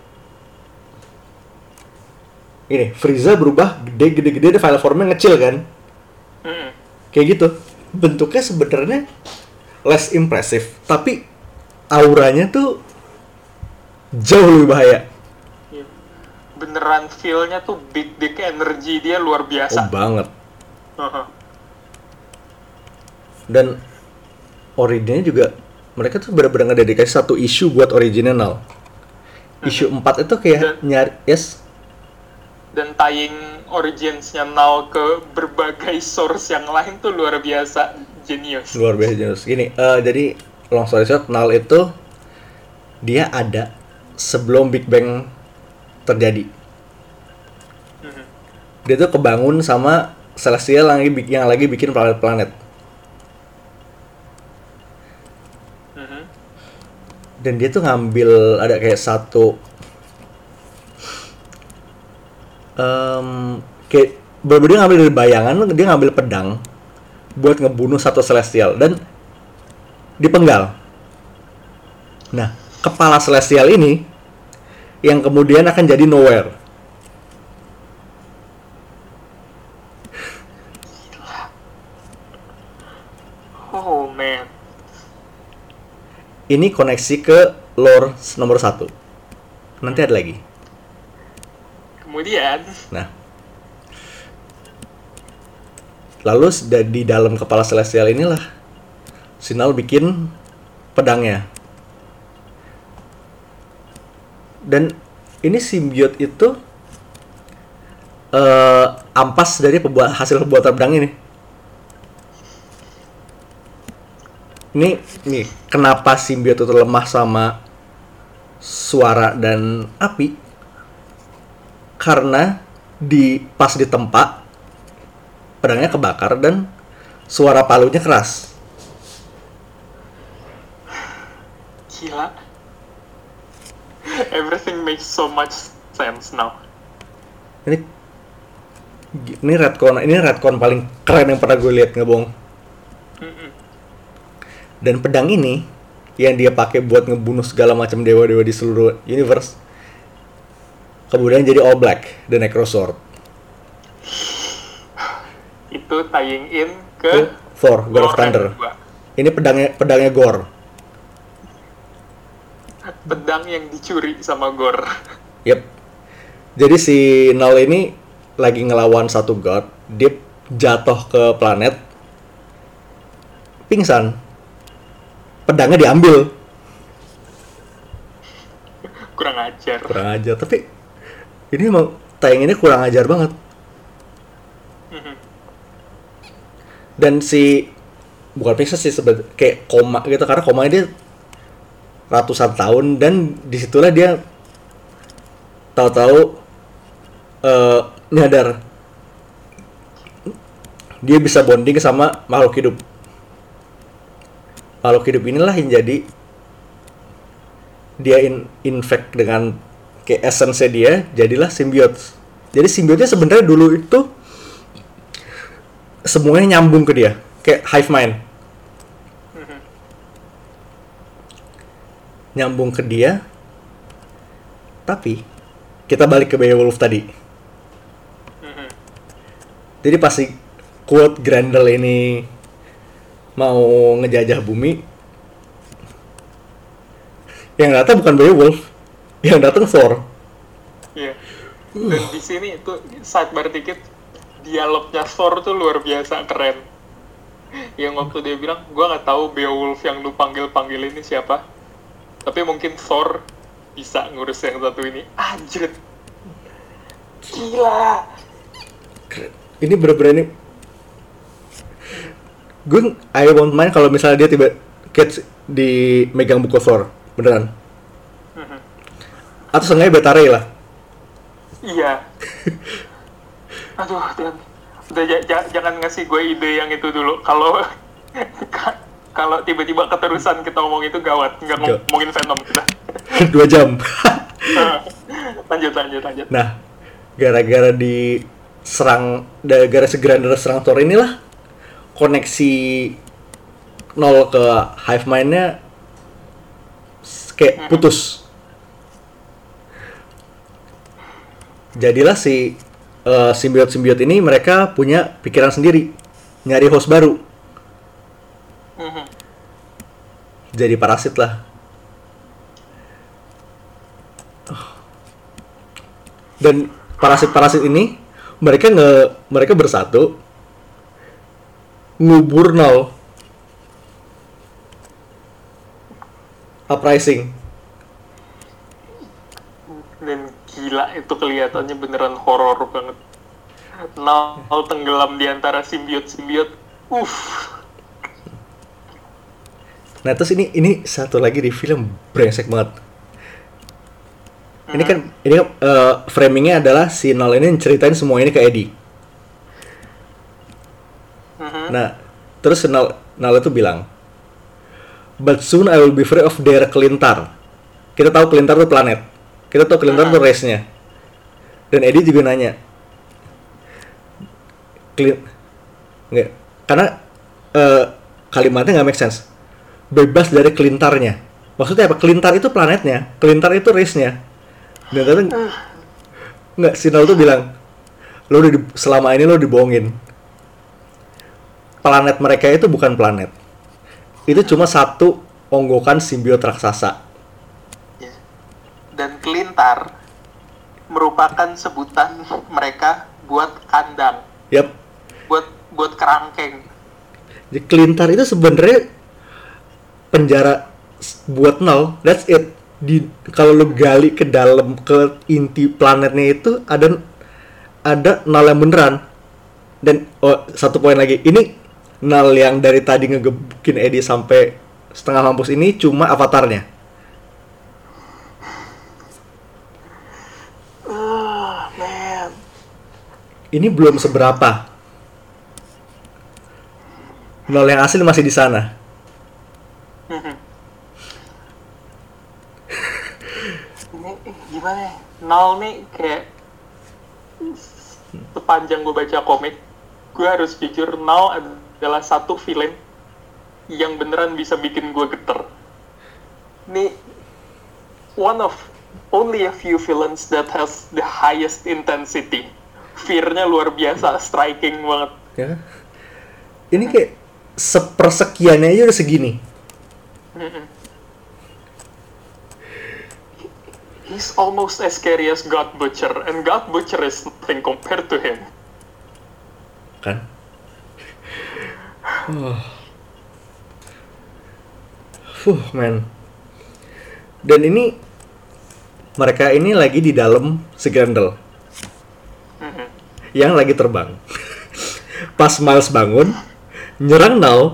Speaker 1: ini Frieza berubah gede-gede-gede, ada file formnya ngecil kan?
Speaker 2: Mm.
Speaker 1: Kayak gitu. Bentuknya sebenarnya less impressive, tapi auranya tuh jauh lebih bahaya.
Speaker 2: Beneran feel-nya tuh big big energy dia luar biasa.
Speaker 1: Oh banget.
Speaker 2: Uh-huh.
Speaker 1: Dan originnya juga mereka tuh benar-benar ngededikasi satu isu buat original. Isu
Speaker 2: Mm-hmm.
Speaker 1: empat itu kayak
Speaker 2: Dan-
Speaker 1: nyari yes.
Speaker 2: Dan tying origins-nya Null ke berbagai source yang lain tuh luar biasa genius.
Speaker 1: Luar biasa jenis. Gini, eh, jadi long story short, Null itu dia ada sebelum Big Bang terjadi.
Speaker 2: Mhm.
Speaker 1: Dia tuh kebangun sama Celestial yang lagi, bik- yang lagi bikin planet-planet.
Speaker 2: Mhm.
Speaker 1: Dan dia tuh ngambil ada kayak satu em kayak bener-bener dia ngambil dari bayangan, dia ngambil pedang buat ngebunuh satu Celestial dan dipenggal. Nah, kepala Celestial ini yang kemudian akan jadi Nowhere.
Speaker 2: Oh man.
Speaker 1: Ini koneksi ke lore nomor satu. Nanti ada lagi.
Speaker 2: Kemudian,
Speaker 1: Nah, lalu da- di dalam kepala Celestial inilah si Null bikin pedangnya. Dan ini simbiote itu eh, ampas dari pembuat hasil pembuatan pedang ini. Ini nih kenapa simbiote itu lemah sama suara dan api? Karena di pas ditempa pedangnya kebakar dan suara palunya keras.
Speaker 2: gila. Everything makes so much sense now.
Speaker 1: Ini ini retcon, ini retcon paling keren yang pernah gue lihat, nggak bohong.
Speaker 2: Mm-mm.
Speaker 1: Dan pedang ini yang dia pakai buat ngebunuh segala macam dewa-dewa di seluruh universe kemudian jadi All Black, The Necrosword.
Speaker 2: Itu tying in ke
Speaker 1: Ke Thor, God of
Speaker 2: lore yang
Speaker 1: Thunder.
Speaker 2: kedua.
Speaker 1: Ini pedangnya pedangnya Gore.
Speaker 2: Pedang yang dicuri sama Gore.
Speaker 1: Yep. Jadi si Null ini lagi ngelawan satu god, dia jatuh ke planet, pingsan, pedangnya diambil.
Speaker 2: Kurang ajar.
Speaker 1: Kurang ajar, tapi ini emang tayangannya kurang ajar banget.
Speaker 2: Mhm.
Speaker 1: Dan si bukan pingsan sih, sebet kayak koma gitu, karena komanya dia ratusan tahun, dan disitulah dia tahu-tahu eh nyadar dia bisa bonding sama makhluk hidup. Makhluk hidup inilah yang jadi dia in infect dengan kayak essence dia, jadilah symbiote. Jadi symbiote sebenarnya dulu itu semuanya nyambung ke dia, kayak hive mind.
Speaker 2: Mhm.
Speaker 1: Nyambung ke dia. Tapi kita balik ke Beowulf tadi.
Speaker 2: Mhm.
Speaker 1: Jadi pasti quote Grendel ini mau ngejajah bumi, yang datang bukan Beowulf, yang datang Thor.
Speaker 2: Iya. Dan di sini tuh sidebar dikit, dialognya Thor tuh luar biasa keren. Yang waktu dia bilang, gue nggak tahu Beowulf yang lu panggil-panggil ini siapa, tapi mungkin Thor bisa ngurus yang satu ini. Anjir, gila.
Speaker 1: Ini bener-bener ini, gue I won't mind kalau misalnya dia tiba catch di megang buku Thor beneran,
Speaker 2: Mhm.
Speaker 1: atau seenggaknya Betaray lah.
Speaker 2: Iya. Aduh, dan udah j- j- jangan ngasih gue ide yang itu dulu. Kalau kalau tiba-tiba keterusan kita ngomong itu gawat, nggak
Speaker 1: Gawat.
Speaker 2: ngomongin Venom kita.
Speaker 1: Dua jam.
Speaker 2: lanjut lanjut lanjut.
Speaker 1: Nah, gara-gara diserang, gara-gara Segrander serang Thor inilah koneksi nol ke Hive Mind-nya s- kayak putus. Jadilah si uh, simbiot-simbiot ini mereka punya pikiran sendiri, nyari host baru,
Speaker 2: Mhm.
Speaker 1: jadi parasit lah. Dan parasit-parasit ini mereka nge mereka bersatu ngubur nol uprising.
Speaker 2: Dan gila itu kelihatannya beneran horor banget. Nal tenggelam di antara simbiot-simbiot. Uff.
Speaker 1: Nah terus ini ini satu lagi di film brengsek banget. Ini kan ini kan, uh, framingnya adalah si Nal ini ceritain semua ini ke Eddie.
Speaker 2: Mhm.
Speaker 1: Nah terus si Nal Nal itu bilang, but soon I will be free of their Kelintar. Kita tahu Kelintar itu planet. Kita tahu Kelintar itu race-nya. Dan Eddie juga nanya, Klin, nggak, karena uh, kalimatnya nggak make sense. Bebas dari Kelintarnya. Maksudnya apa? Kelintar itu planetnya, Kelintar itu race-nya. Dan ternyata nggak, si Nal tuh bilang, lo udah di, selama ini lo dibohongin. Planet mereka itu bukan planet. Itu cuma satu onggokan simbiot raksasa.
Speaker 2: Ya. Dan Kelintar merupakan sebutan mereka buat kandang,
Speaker 1: Yap.
Speaker 2: buat buat kerangkeng.
Speaker 1: Jadi Kelintar itu sebenarnya penjara s- buat nol. That's it. Di kalau lu gali ke dalam ke inti planetnya itu ada ada nol yang beneran. Dan oh, satu poin lagi. Ini nol yang dari tadi ngegebukin Eddie sampai setengah mampus ini cuma avatarnya.
Speaker 2: Ah, man.
Speaker 1: Ini belum seberapa. Nol yang asli masih di sana.
Speaker 2: Ini eh, gimana ya? Nal nih kayak sepanjang gue baca komik, gue harus jujur, Nal adalah satu villain yang beneran bisa bikin gue geter. Ini one of only a few villains that has the highest intensity. Fear-nya luar biasa, striking banget.
Speaker 1: Ya. Ini kayak sepersekiannya aja udah segini.
Speaker 2: He's almost as scary as God Butcher, and God Butcher is nothing compared to him.
Speaker 1: Kan? Oh. Fuh, man. Dan ini mereka ini lagi di dalam Segrendel yang lagi terbang. Pas Miles bangun, nyerang Nal.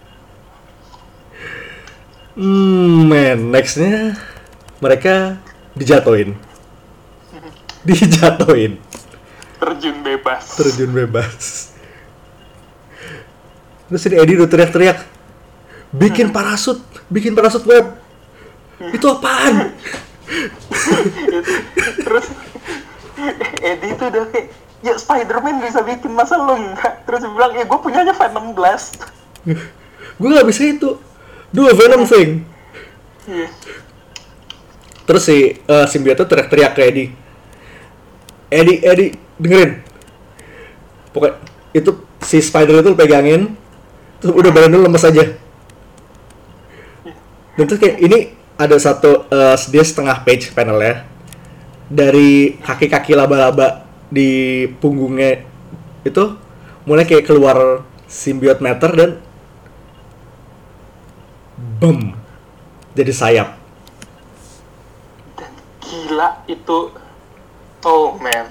Speaker 1: Hmm, man, nextnya mereka dijatoin, dijatoin,
Speaker 2: Terjun bebas.
Speaker 1: terjun bebas. Terus ini Eddie udah teriak-teriak, bikin parasut, bikin parasut web. Itu apaan?
Speaker 2: Terus Eddie tuh udah kayak, ya Spider-Man bisa bikin, masa lo enggak? Terus dia bilang, ya gue punyanya Venom Blast.
Speaker 1: Gue nggak bisa itu, do a Venom thing.
Speaker 2: Iya.
Speaker 1: Terus si uh, simbiot tuh teriak-teriak ke Eddie, Eddie, Eddie, dengerin. Pokoknya itu si Spider itu lu pegangin, terus udah badan lu lemes aja. Dan terus kayak ini ada satu uh, dia setengah page panelnya. dari kaki-kaki laba-laba di punggungnya itu mulai kayak keluar symbiote matter dan boom, jadi sayap.
Speaker 2: Dan gila itu, oh man,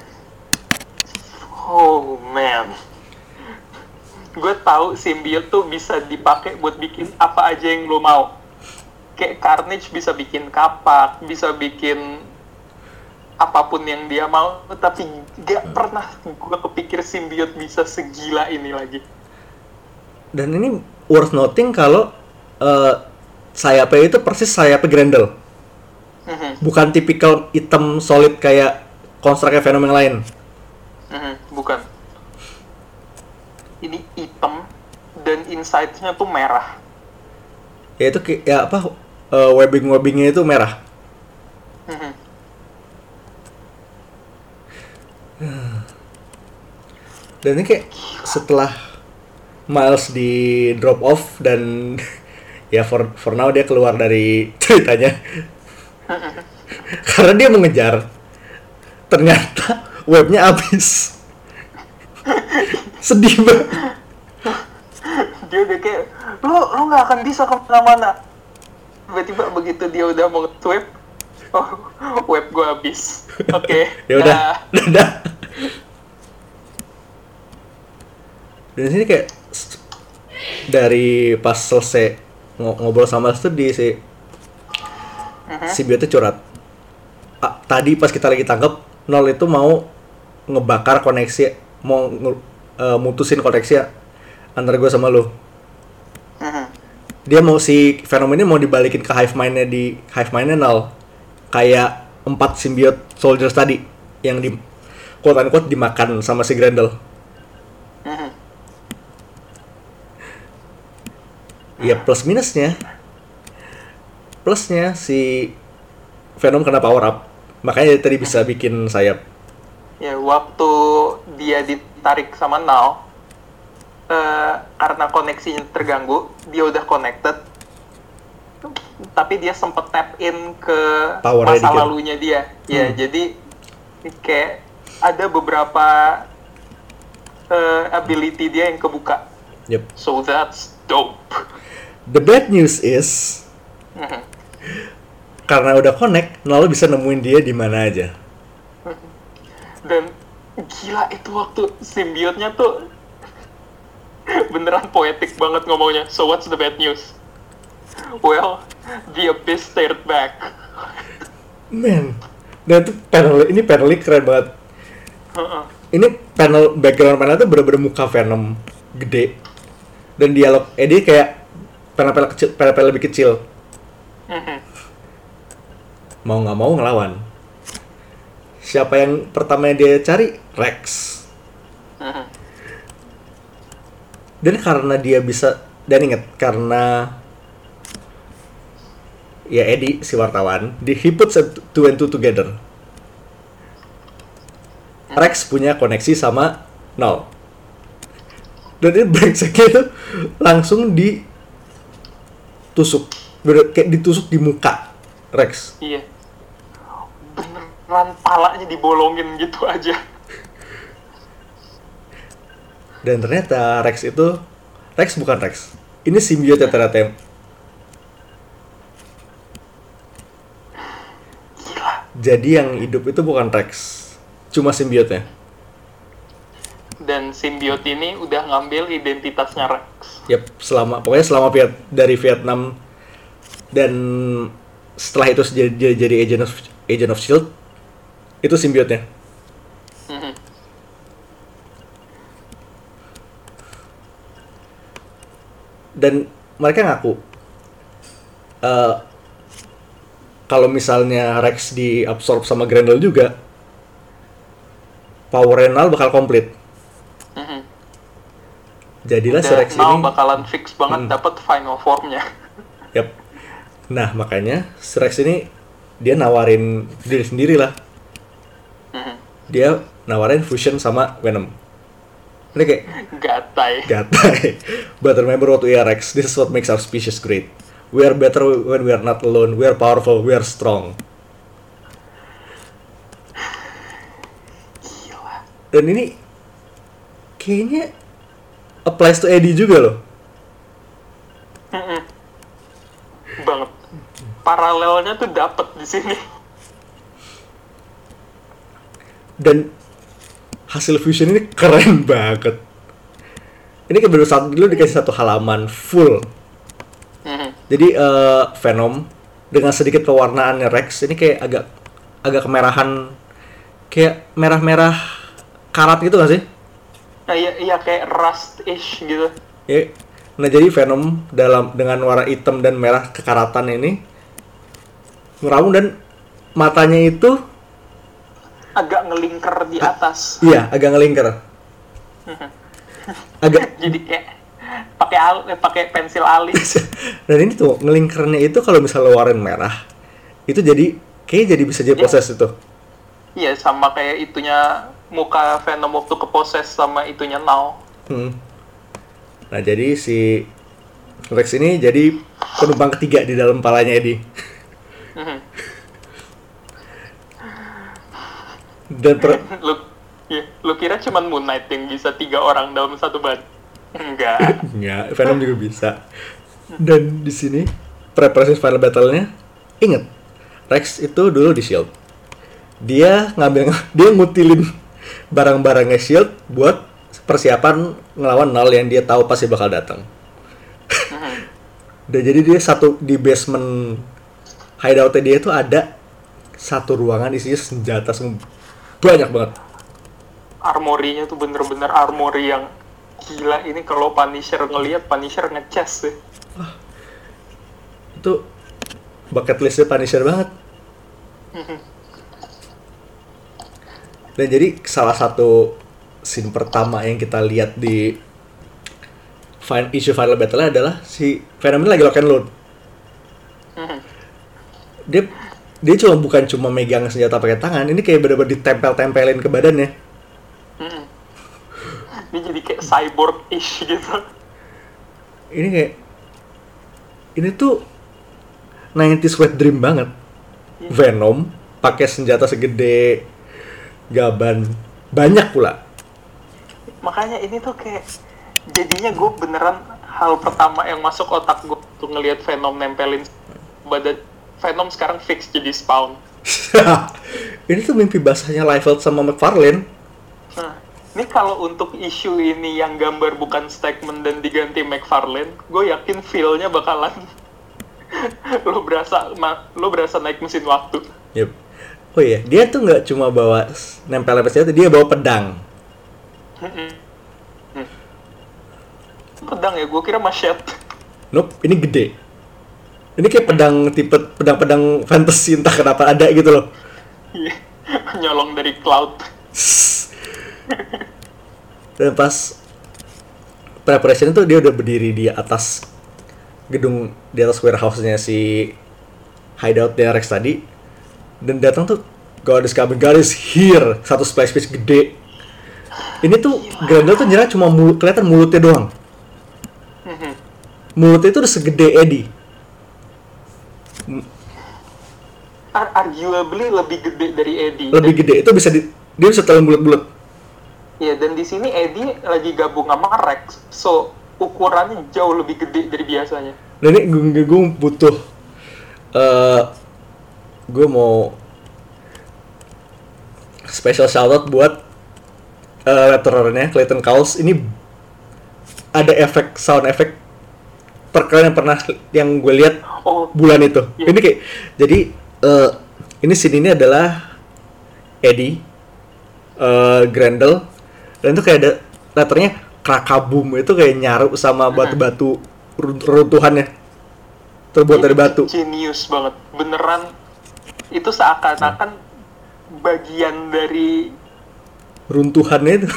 Speaker 2: oh man. Gue tahu symbiote tuh bisa dipakai buat bikin apa aja yang lo mau. Kayak Carnage bisa bikin kapak, bisa bikin apapun yang dia mau, tapi gak pernah gue kepikir symbiote bisa segila ini lagi.
Speaker 1: Dan ini worth noting kalau uh, sayapnya itu persis sayapnya Grendel.
Speaker 2: Mm-hmm.
Speaker 1: Bukan tipikal hitam solid kayak konstruknya Venom yang lain.
Speaker 2: Mm-hmm. Bukan. Ini hitam dan inside-nya tuh merah.
Speaker 1: Ya itu kayak ya apa uh, webbing-webbingnya itu merah.
Speaker 2: Mm-hmm.
Speaker 1: Dan ini kayak setelah Miles di drop off dan ya for for now dia keluar dari ceritanya karena dia mengejar, ternyata webnya habis. Sedih banget.
Speaker 2: Dia udah kayak lo lo nggak akan bisa kemana-mana. Tiba-tiba begitu dia udah mau nge-swipe, oh web gue habis. Oke. Okay,
Speaker 1: ya udah, udah. Dan sini kayak dari pas selesai ng- ngobrol sama Miles tuh di si
Speaker 2: uh-huh.
Speaker 1: symbiote curhat. Ah, tadi pas kita lagi tangkap, Nol itu mau ngebakar koneksi, mau nge- uh, mutusin koneksi antara gue sama lo.
Speaker 2: Uh-huh.
Speaker 1: Dia mau si Venom ini mau dibalikin ke hive mind-nya di hive mind-nya Nol. Kayak empat symbiote soldiers tadi yang di quote unquote dimakan sama si Grendel.
Speaker 2: Uh-huh.
Speaker 1: Ya plus minusnya, plusnya si Venom kena power up, makanya dia tadi bisa bikin sayap.
Speaker 2: Ya waktu dia ditarik sama Null, uh, karena koneksinya terganggu, dia udah connected, tapi dia sempet tap in ke
Speaker 1: Power-nya
Speaker 2: masa
Speaker 1: dikit.
Speaker 2: lalunya dia. Ya
Speaker 1: Hmm.
Speaker 2: jadi kayak ada beberapa uh, ability dia yang kebuka.
Speaker 1: Yep.
Speaker 2: So that's dope.
Speaker 1: The bad news is
Speaker 2: Mhm.
Speaker 1: karena udah connect, Nol bisa nemuin dia di mana aja.
Speaker 2: Dan gila itu waktu simbiotnya tuh beneran poetik banget ngomongnya. So what's the bad news? Well, the abyss stared back.
Speaker 1: Man, dan itu panel ini panelnya keren banget.
Speaker 2: Uh-uh.
Speaker 1: Ini panel background panel tuh bener-bener muka Venom gede dan dialog Eddie kayak panel-panel kecil, panel-panel lebih kecil.
Speaker 2: Mhm.
Speaker 1: Mau nggak mau ngelawan. Siapa yang pertama yang dia cari? Rex.
Speaker 2: Mhm.
Speaker 1: Dan karena dia bisa, dan inget karena ya Eddie si wartawan, di he puts two and two together. Rex punya koneksi sama Null. Dan ini brengseknya itu langsung ditusuk, bener, kayak ditusuk di muka Rex.
Speaker 2: Iya. Beneran palanya dibolongin gitu aja.
Speaker 1: Dan ternyata Rex itu, Rex bukan Rex. Ini simbiote ternyata.
Speaker 2: Gila.
Speaker 1: Jadi yang hidup itu bukan Rex, cuma simbiotnya.
Speaker 2: Dan simbiot ini udah ngambil identitasnya Rex.
Speaker 1: Yap, selama pokoknya selama Viet, dari Vietnam dan setelah itu jadi jadi, jadi agent of agent of Shield itu simbiotnya.
Speaker 2: Mhm.
Speaker 1: Dan mereka ngaku uh, kalau misalnya Rex diabsorb sama Grendel juga, power Null bakal komplit.
Speaker 2: Mhm.
Speaker 1: Jadilah si
Speaker 2: Dan
Speaker 1: Rex
Speaker 2: Null
Speaker 1: ini
Speaker 2: bakalan fix banget
Speaker 1: Hmm.
Speaker 2: dapat final formnya.
Speaker 1: Yap. Nah, makanya si Rex ini dia nawarin diri sendiri lah.
Speaker 2: Mhm.
Speaker 1: Dia nawarin fusion sama Venom. Ini kayak
Speaker 2: Gatai.
Speaker 1: gatai. But remember what we are, Rex. This is what makes our species great. We are better when we are not alone. We are powerful. We are strong. Dan ini kayaknya applies to Eddie juga loh.
Speaker 2: Mm-mm. Banget. Paralelnya tuh dapet di sini.
Speaker 1: Dan hasil fusion ini keren banget. Ini kayak baru satu dulu dikasih satu halaman full.
Speaker 2: Mm-hmm.
Speaker 1: Jadi uh, Venom dengan sedikit pewarnaannya Rex ini kayak agak agak kemerahan, kayak merah-merah karat gitu gak sih?
Speaker 2: Nah, iya, iya kayak rust-ish gitu.
Speaker 1: Ya. Nah jadi Venom dalam dengan warna hitam dan merah kekaratan ini ngeraung dan matanya itu
Speaker 2: agak ngelingker di atas.
Speaker 1: A- iya agak ngelingker. Agak
Speaker 2: jadi kayak pakai al- eh, pakai pensil alis.
Speaker 1: Dan ini tuh ngelingkernya itu kalau misalnya warna merah itu jadi kayak jadi bisa jadi proses
Speaker 2: yeah.
Speaker 1: itu.
Speaker 2: Iya sama kayak itunya muka Venom waktu keposes sama itunya Now.
Speaker 1: Hmm. Nah jadi si Rex ini jadi penumpang ketiga di dalam palanya Eddie.
Speaker 2: Mm-hmm.
Speaker 1: Dan per-
Speaker 2: lu, ya, lu kira cuman Moon Knight yang bisa tiga orang dalam satu ban? Enggak.
Speaker 1: Enggak, Venom juga bisa. Dan di sini preparasi final battle-nya, inget Rex itu dulu di Shield. Dia ngambil dia ngutilin barang-barangnya Shield buat persiapan ngelawan Null yang dia tahu pasti bakal datang.
Speaker 2: Mm-hmm.
Speaker 1: Dan jadi dia satu di basement hideout dia itu ada satu ruangan isinya senjata semua banyak banget.
Speaker 2: Armory-nya tuh bener-bener armory yang gila. Ini kalau Punisher ngelihat, Punisher nge-chest deh.
Speaker 1: Wah, itu bucket listnya Punisher banget. Dan jadi salah satu scene pertama yang kita lihat di final, issue final battle adalah si Venom ini lagi lock and load. Dia dia cuma bukan cuma megang senjata pakai tangan, ini kayak benar-benar ditempel-tempelin ke badannya.
Speaker 2: Hmm. Ini jadi kayak cyborg-ish gitu.
Speaker 1: Ini kayak ini tuh nineties wet dream banget. Hmm. Venom pakai senjata segede gaban, banyak pula.
Speaker 2: Makanya ini tuh kayak jadinya gue beneran hal pertama yang masuk otak gue tuh ngelihat Venom nempelin badan Venom sekarang fix jadi Spawn.
Speaker 1: Ini tuh mimpi basahnya Liefeld sama McFarlane.
Speaker 2: Nah, ini kalau untuk isu ini yang gambar bukan Stegman dan diganti McFarlane, gue yakin feel-nya bakalan lo berasa ma- lo berasa naik mesin waktu.
Speaker 1: Yep. Oh iya, dia tuh nggak cuma bawa nempel-nempel senjata, dia bawa pedang.
Speaker 2: Hmm. Pedang ya, gue kira machete.
Speaker 1: Nope, ini gede. Ini kayak pedang tipe pedang-pedang fantasy entah kenapa ada gitu loh.
Speaker 2: Nyolong dari cloud.
Speaker 1: Dan pas preparation itu dia udah berdiri di atas gedung, di atas warehouse-nya si hideout-nya Rex tadi. Dan datang tuh God is coming, God is here. Satu splash page gede. Ini tuh Grendel tuh nyerah cuma mulut, kelihatan mulutnya doang. Mulutnya itu udah segede Eddie.
Speaker 2: Ar- arguably lebih gede dari Eddie.
Speaker 1: Lebih gede, itu bisa di, dia bisa telan bulat-bulat.
Speaker 2: Iya, dan di sini Eddie lagi gabung sama Rex, so ukurannya jauh lebih gede dari biasanya.
Speaker 1: Dan ini gue, gue butuh, uh, gue mau special shoutout buat uh, letterernya Clayton Cowles. Ini ada efek sound effect terkeren yang pernah yang gue lihat
Speaker 2: oh,
Speaker 1: bulan itu.
Speaker 2: Yeah.
Speaker 1: Ini kayak jadi uh, ini scene ini adalah Eddie, uh, Grendel, dan itu kayak ada letternya Krakabum, itu kayak nyaru sama batu-batu runtuhannya terbuat
Speaker 2: ini
Speaker 1: dari batu.
Speaker 2: Genius banget, beneran itu seakan-akan bagian dari
Speaker 1: runtuhannya itu.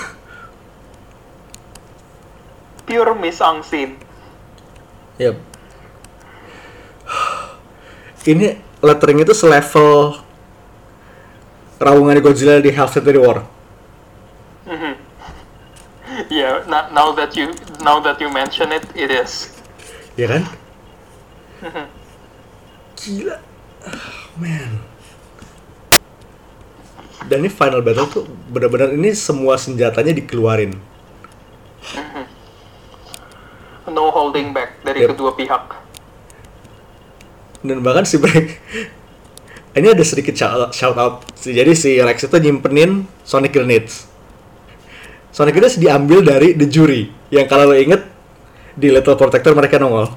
Speaker 2: Pure mise-en-scene.
Speaker 1: Yap. Ini lettering itu selevel raungan Godzilla di Half Century War.
Speaker 2: Mm-hmm. Yeah, now, now that you now that you mention it, it is.
Speaker 1: Ya kan?
Speaker 2: Mm-hmm.
Speaker 1: Gila. Oh, man. Dan ini final battle tuh benar-benar ini semua senjatanya dikeluarin.
Speaker 2: No holding back dari
Speaker 1: Yep.
Speaker 2: kedua pihak.
Speaker 1: Dan bahkan si Break ini ada sedikit shout shout out. Jadi si Rex itu nyimpenin Sonic Grenades. Sonic Grenades diambil dari The Jury yang kalau lo inget di Little Protector mereka nongol.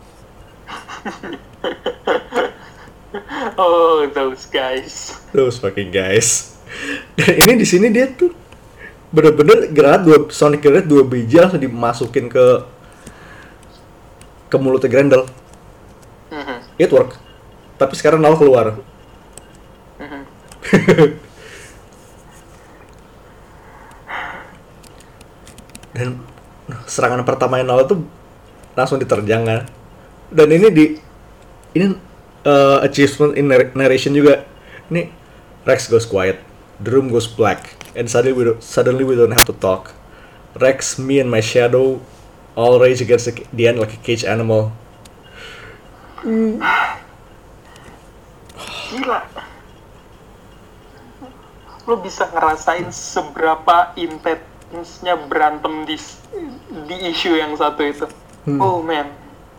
Speaker 2: Oh, those guys.
Speaker 1: Those fucking guys. Dan ini di sini dia tuh bener-bener granat dua Sonic Grenade dua biji langsung dimasukin ke ke mulutnya Grendel.
Speaker 2: Mhm.
Speaker 1: It work. Tapi sekarang Null keluar.
Speaker 2: Mhm.
Speaker 1: Dan serangan pertama Null tuh langsung diterjang kan. Dan ini di ini uh, achievement in narr- narration juga. Ini Rex goes quiet, the room goes black, and suddenly we don't, suddenly we don't have to talk. Rex, me, and my shadow all rage against the, the end like a caged animal.
Speaker 2: Gila. Lo bisa ngerasain seberapa intensnya berantem di di isu yang satu itu.
Speaker 1: Hmm.
Speaker 2: Oh man.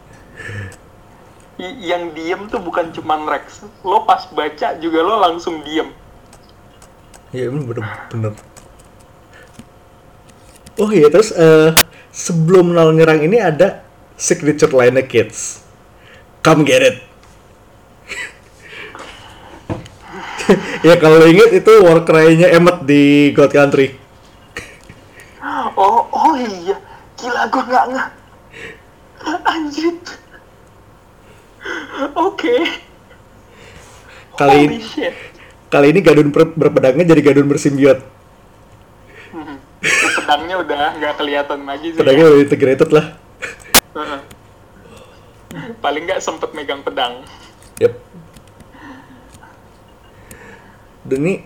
Speaker 2: I- yang diem tuh bukan cuman Rex. Lo pas baca juga lo langsung diem.
Speaker 1: Ya ini bener-bener. Oh iya, terus uh, sebelum Null nyerang ini ada signature line-nya Kids. Come get it. Ya kalau inget itu war cry-nya Emmet di God Country.
Speaker 2: Oh, oh iya. Gila, gue nggak nggak. Anjir. Oke.
Speaker 1: Kali
Speaker 2: Holy
Speaker 1: ini,
Speaker 2: shit.
Speaker 1: kali ini gadun ber- berpedangnya jadi gadun bersimbiot.
Speaker 2: Hmm. Itu pedangnya udah nggak kelihatan lagi sih.
Speaker 1: Pedangnya udah integrated lah.
Speaker 2: Heeh. Paling nggak sempet megang pedang.
Speaker 1: Yep. Dan ini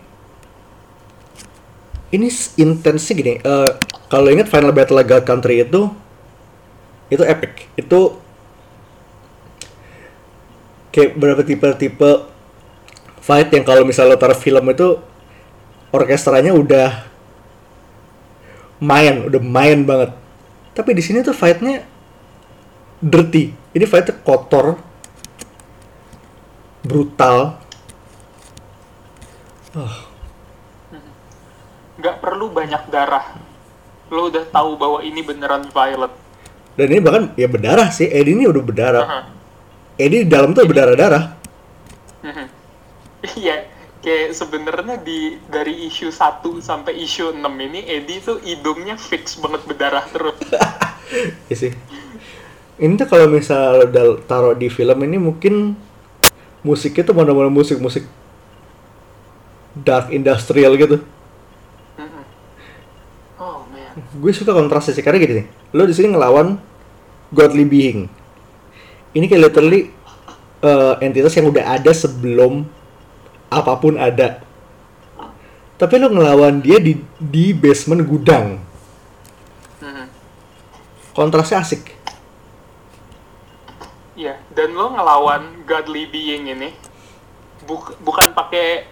Speaker 1: ini s- intensnya gini. eh, kalau ingat final battle God Country itu itu epic. Itu kayak beberapa tipe-tipe fight yang kalau misalnya lo taruh film itu orkestranya udah main, udah main banget. Tapi di sini tuh fightnya dirty. Ini fightnya kotor, brutal.
Speaker 2: Nggak perlu banyak darah. Lo udah tahu bahwa ini beneran violent.
Speaker 1: Dan ini bahkan ya berdarah sih. Eddie ini udah berdarah.
Speaker 2: Aha.
Speaker 1: Eddie di dalam tuh berdarah-darah.
Speaker 2: Mhm. Iya, kayak sebenarnya di dari isu satu sampai isu enam ini Eddie tuh hidungnya fix banget berdarah terus.
Speaker 1: Iya sih. Ini tuh kalau misal udah taruh di film ini mungkin musiknya tuh mana-mana musik-musik dark industrial gitu.
Speaker 2: Mhm. Oh man.
Speaker 1: Gue suka kontrasnya sih karena gini nih. Lo di sini ngelawan godly being. Ini kayak literally uh, entitas yang udah ada sebelum apapun ada. Tapi lo ngelawan dia di di basement gudang.
Speaker 2: Mhm.
Speaker 1: Kontrasnya asik.
Speaker 2: Iya, dan lo ngelawan godly being ini buk- bukan pakai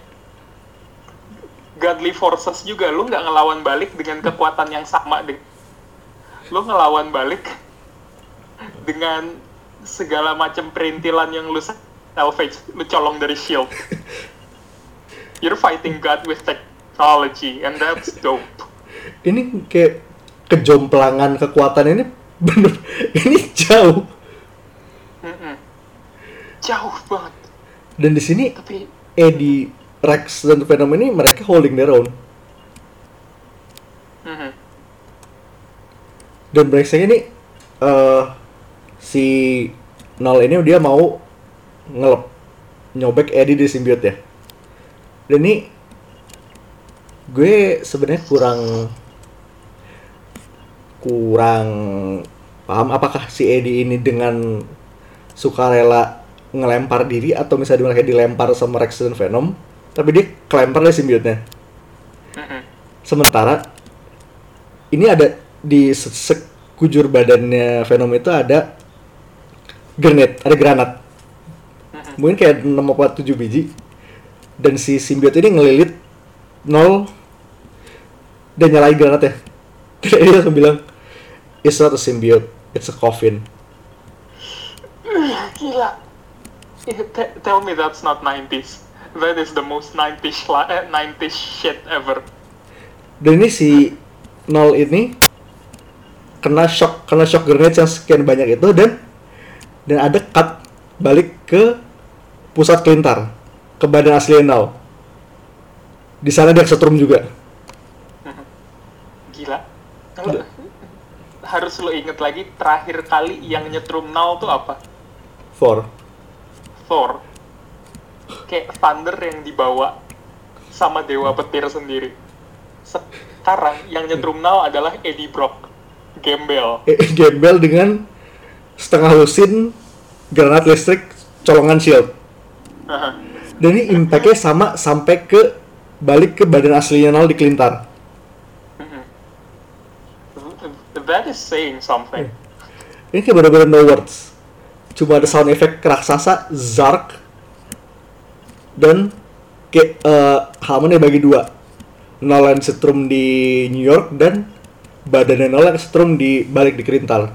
Speaker 2: godly forces juga, lo nggak ngelawan balik dengan kekuatan yang sama deh. Lo ngelawan balik dengan segala macam perintilan yang lo salvage, lo colong dari shield. You're fighting God with technology, and that's dope.
Speaker 1: Ini kayak kejomplangan kekuatan ini bener ini jauh.
Speaker 2: Mm-mm. Jauh banget.
Speaker 1: Dan di sini
Speaker 2: Tapi
Speaker 1: Eddie, Rex dan Venom ini mereka holding their own.
Speaker 2: mhm.
Speaker 1: Dan brengseknya ini eh si Null ini dia mau ngelep nyobek Eddie di symbiote ya. Dan ini gue sebenarnya kurang kurang paham apakah si Eddie ini dengan sukarela ngelempar diri atau misalnya mereka dilempar sama Rex dan Venom, tapi dia kelempar dari symbiote-nya.
Speaker 2: Mhm.
Speaker 1: Sementara ini ada di se- sekujur badannya Venom itu ada grenade, ada granat.
Speaker 2: Mhm.
Speaker 1: Mungkin kayak enam atau tujuh biji. Dan si symbiote ini ngelilit Nol dan nyalain granatnya. Dan Eddie langsung bilang, it's not a symbiote, it's a coffin.
Speaker 2: Gila. T- tell me that's not nineties. That is the most nineties, la- eh, nineties shit ever.
Speaker 1: Dan ini si Nol ini kena shock, kena shock grenade yang sekian banyak itu, dan dan ada cut balik ke pusat kelintar, ke badan asli Nol. Di sana dia kesetrum juga.
Speaker 2: Gila. Kalau harus lo inget lagi terakhir kali yang nyetrum Null tuh apa?
Speaker 1: Thor.
Speaker 2: Thor. Kayak Thunder yang dibawa sama Dewa Petir sendiri. Sekarang yang nyetrum Null adalah Eddie Brock. Gembel.
Speaker 1: Eh, Gembel dengan setengah lusin, granat listrik, colongan shield.
Speaker 2: Uh-huh.
Speaker 1: Dan ini impact-nya sama sampai ke balik ke badan aslinya Null di kelintar.
Speaker 2: That is saying something.
Speaker 1: Ini kayak bener-bener no words. Cuma ada sound effect raksasa, Zark, dan kayak uh, halamannya bagi dua. Null yang setrum di New York dan badannya Null yang setrum di balik di kelintar.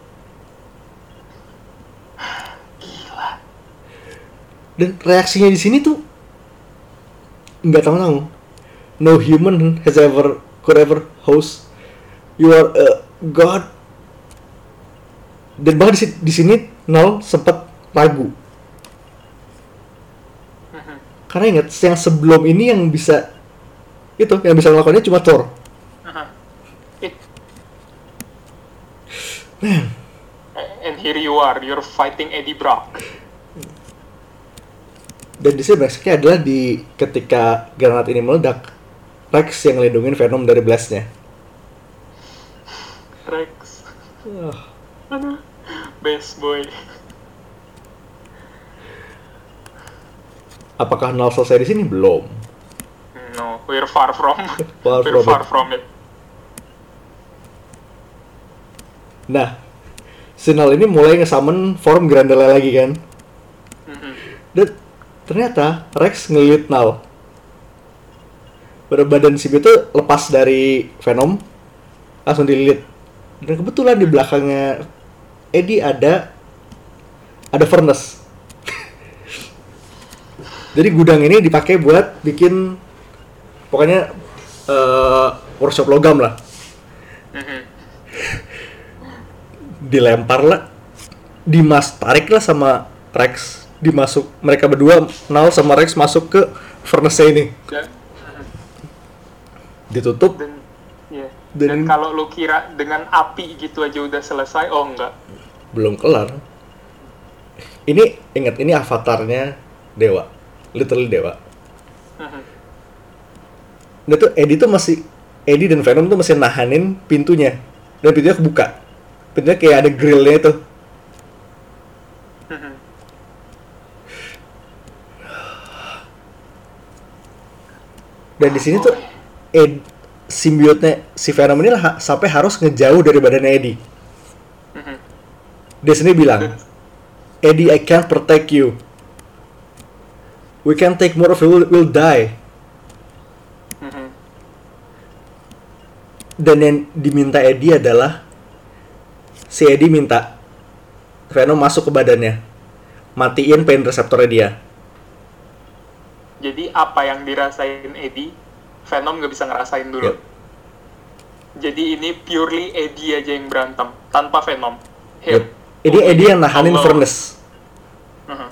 Speaker 2: Gila.
Speaker 1: Dan reaksinya di sini tuh nggak tahu-tahu. No human has ever could ever host. You are a god. Dan bahkan di, si- di sini Null sempat ragu. Karena ingat yang sebelum ini yang bisa itu yang bisa melakukannya cuma Thor.
Speaker 2: Uh-huh. It,
Speaker 1: Man,
Speaker 2: and here you are, you're fighting Eddie Brock.
Speaker 1: dan di sini basicnya adalah di ketika granat ini meledak, Rex yang ngelindungin Venom dari blast-nya.
Speaker 2: Rex.
Speaker 1: Uh,
Speaker 2: Aduh. Best boy.
Speaker 1: apakah Null selesai di sini? Belum.
Speaker 2: No, we're far from.
Speaker 1: Far
Speaker 2: we're
Speaker 1: from
Speaker 2: far
Speaker 1: it.
Speaker 2: from it.
Speaker 1: Nah, si Null ini mulai nge-summon form Grandela lagi kan.
Speaker 2: Mhm.
Speaker 1: Dan ternyata Rex ngeliat Null. Pada badan si itu lepas dari Venom, langsung dililit. Dan kebetulan di belakangnya Eddie ada ada furnace. Jadi gudang ini dipakai buat bikin pokoknya uh, workshop logam lah.
Speaker 2: Mhm.
Speaker 1: Dilempar lah, dimas tarik lah sama Rex, dimasuk mereka berdua Null sama Rex masuk ke furnace ini,
Speaker 2: Dan,
Speaker 1: ditutup.
Speaker 2: dan, yeah.
Speaker 1: Dan-
Speaker 2: dan kalau lu kira dengan api gitu aja udah selesai, oh enggak.
Speaker 1: Belum kelar. Ini ingat ini avatarnya dewa, literally dewa.
Speaker 2: Mhm.
Speaker 1: Nah tuh Eddie tuh masih Eddie dan Venom tuh masih nahanin pintunya, dan pintunya kebuka. Pintunya kayak ada grillnya itu.
Speaker 2: Mhm.
Speaker 1: Dan di sini tuh Ed simbiotnya si Venom ini lah, sampai harus ngejauh dari badannya Eddie.
Speaker 2: Mhm.
Speaker 1: Dia sendiri bilang, Eddie, I can't protect you. We can't take more of you, we'll, we'll die.
Speaker 2: Mhm.
Speaker 1: Dan yang diminta Eddie adalah si Eddie minta Venom masuk ke badannya, matiin pain reseptornya dia.
Speaker 2: Jadi apa yang dirasain Eddie, Venom nggak bisa ngerasain dulu.
Speaker 1: Yep.
Speaker 2: Jadi ini purely Eddie aja yang berantem, tanpa Venom.
Speaker 1: Yep.
Speaker 2: Him.
Speaker 1: Ini
Speaker 2: Oh,
Speaker 1: Eddie yang nahanin
Speaker 2: Allah.
Speaker 1: furnace.
Speaker 2: Mhm.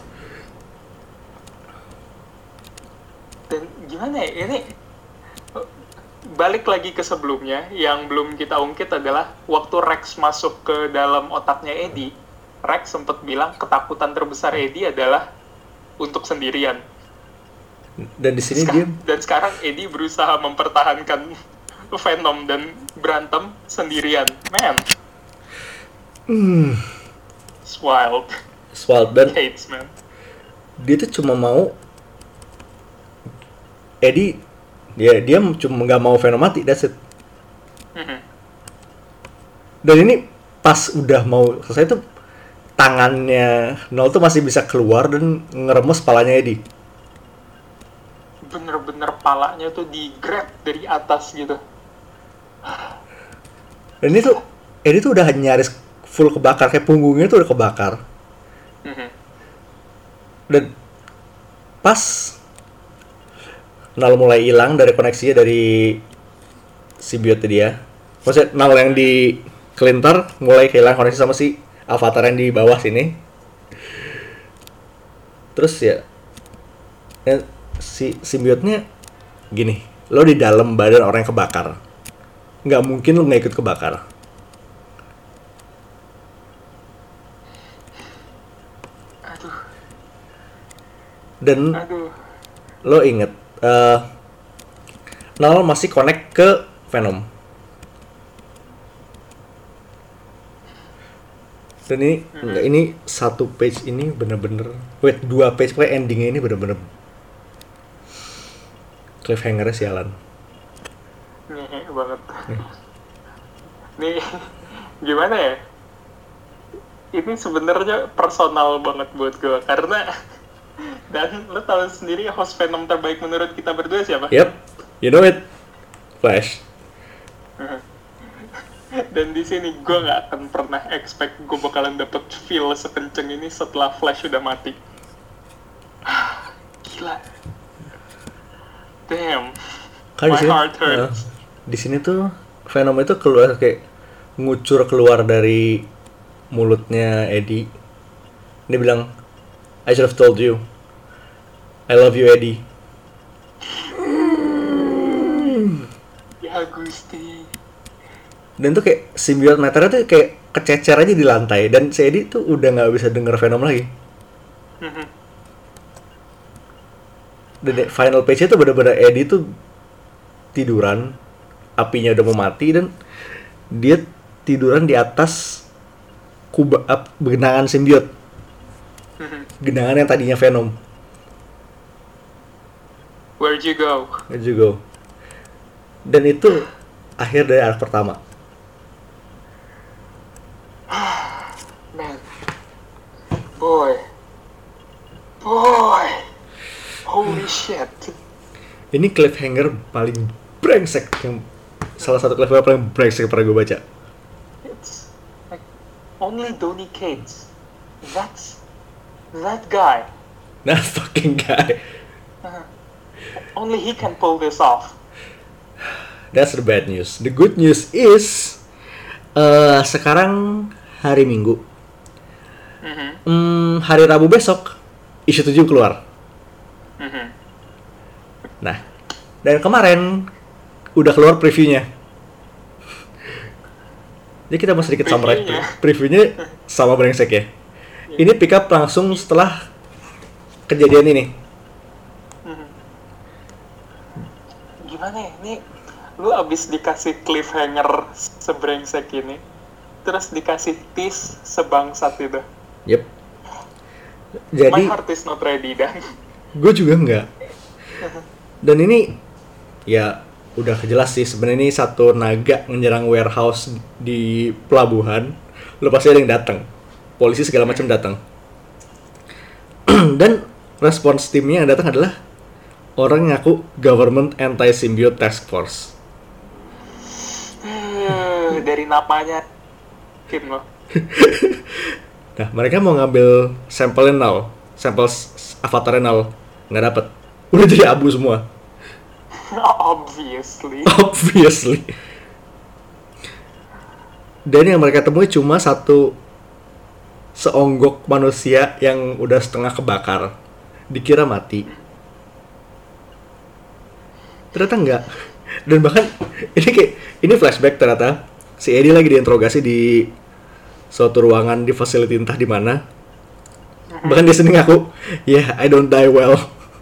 Speaker 2: Dan gimana ya, ini balik lagi ke sebelumnya, yang belum kita ungkit adalah waktu Rex masuk ke dalam otaknya Eddie, Rex sempat bilang ketakutan terbesar Eddie adalah untuk sendirian.
Speaker 1: Dan di sini
Speaker 2: Seka-
Speaker 1: dia
Speaker 2: Dan sekarang Eddie berusaha mempertahankan Venom dan berantem sendirian. Man,
Speaker 1: hmm,
Speaker 2: it's wild.
Speaker 1: swell, dan
Speaker 2: Hates, man.
Speaker 1: dia tuh cuma mau Eddie, dia dia cuma nggak mau Venom mati, that's it.
Speaker 2: Mhm.
Speaker 1: Dan ini pas udah mau selesai tuh tangannya Null tuh masih bisa keluar dan ngeremes kepalanya Eddie.
Speaker 2: bener-bener palanya tuh di grab dari atas gitu.
Speaker 1: Dan ini tuh Eddie tuh udah nyaris full kebakar, kayak punggungnya tuh udah kebakar.
Speaker 2: Mhm.
Speaker 1: Dan pas Null mulai hilang dari koneksinya dari symbiote dia, maksudnya Null yang di kelintar mulai kehilangan koneksi sama si avatar yang di bawah sini. Terus ya, ya si symbiote-nya gini, lo di dalam badan orang yang kebakar, nggak mungkin lo nggak ikut kebakar.
Speaker 2: Aduh,
Speaker 1: Dan
Speaker 2: aduh.
Speaker 1: lo inget, uh, Null masih connect ke Venom. Dan ini
Speaker 2: Mhm.
Speaker 1: enggak, ini satu page ini bener-bener, wait, dua page, pokoknya endingnya ini bener-bener cliffhanger-nya sialan.
Speaker 2: Ngehe banget. Nih, gimana ya? Ini sebenarnya personal banget buat gue karena dan lo tahu sendiri host Venom terbaik menurut kita berdua siapa?
Speaker 1: Yep, you know it, Flash.
Speaker 2: Dan di sini gue nggak akan pernah expect gue bakalan dapet feel sekenceng ini setelah Flash udah mati. Gila. Damn.
Speaker 1: Kan di
Speaker 2: My
Speaker 1: sini,
Speaker 2: heart hurts.
Speaker 1: uh, di sini tuh Venom itu keluar kayak ngucur keluar dari mulutnya Eddie. Dia bilang, I should have told you, I love you, Eddie.
Speaker 2: Ya Gusti.
Speaker 1: Dan tuh kayak symbiote matter tuh kayak kececer aja di lantai, dan si Eddie tuh udah nggak bisa denger Venom lagi. Dan final page-nya tuh bener-bener Eddie tuh tiduran, apinya udah mau mati, dan dia tiduran di atas kuba ap, genangan symbiote, genangan yang tadinya Venom.
Speaker 2: Where'd you go?
Speaker 1: Where'd you go? Dan itu akhir dari arc pertama.
Speaker 2: Man. Boy. Boy. Holy shit.
Speaker 1: Ini cliffhanger paling brengsek, yang salah satu cliffhanger paling brengsek yang pernah gue baca.
Speaker 2: It's like only Donny Cates. That's that guy.
Speaker 1: Nah, fucking guy.
Speaker 2: Only he can pull this off.
Speaker 1: That's the bad news. The good news is uh, sekarang hari Minggu.
Speaker 2: Mm-hmm.
Speaker 1: Hmm, hari Rabu besok issue tujuh keluar.
Speaker 2: Mm-hmm.
Speaker 1: Nah, dan kemarin udah keluar previewnya. Jadi kita mau sedikit summary.
Speaker 2: Previewnya?
Speaker 1: Previewnya sama brengsek ya. Ini pick up langsung setelah kejadian ini.
Speaker 2: Gimana ya? Ini lu abis dikasih cliffhanger sebrengsek ini, terus dikasih tease sebangsat itu.
Speaker 1: Yep.
Speaker 2: My
Speaker 1: Jadi
Speaker 2: heart is not ready dan.
Speaker 1: gue juga enggak. Dan ini ya udah jelas sih, sebenarnya ini satu naga menyerang warehouse di pelabuhan. Lo pasti ada yang datang, polisi segala macam datang. Dan respons timnya yang datang adalah orang yang ngaku Government Anti-Symbiote Task Force.
Speaker 2: Hmm, dari namanya tim lo.
Speaker 1: Nah, mereka mau ngambil sampelnya Null, sampel s- avatarnya Null, nggak dapet. Udah jadi abu semua.
Speaker 2: Obviously.
Speaker 1: Obviously. Dan yang mereka temui cuma satu seonggok manusia yang udah setengah kebakar. Dikira mati. Ternyata enggak. Dan bahkan ini kayak ini flashback, ternyata si Eddie lagi diinterogasi di suatu ruangan di facility entah di mana. Bahkan dia sendiri ngaku, yeah, I don't die well.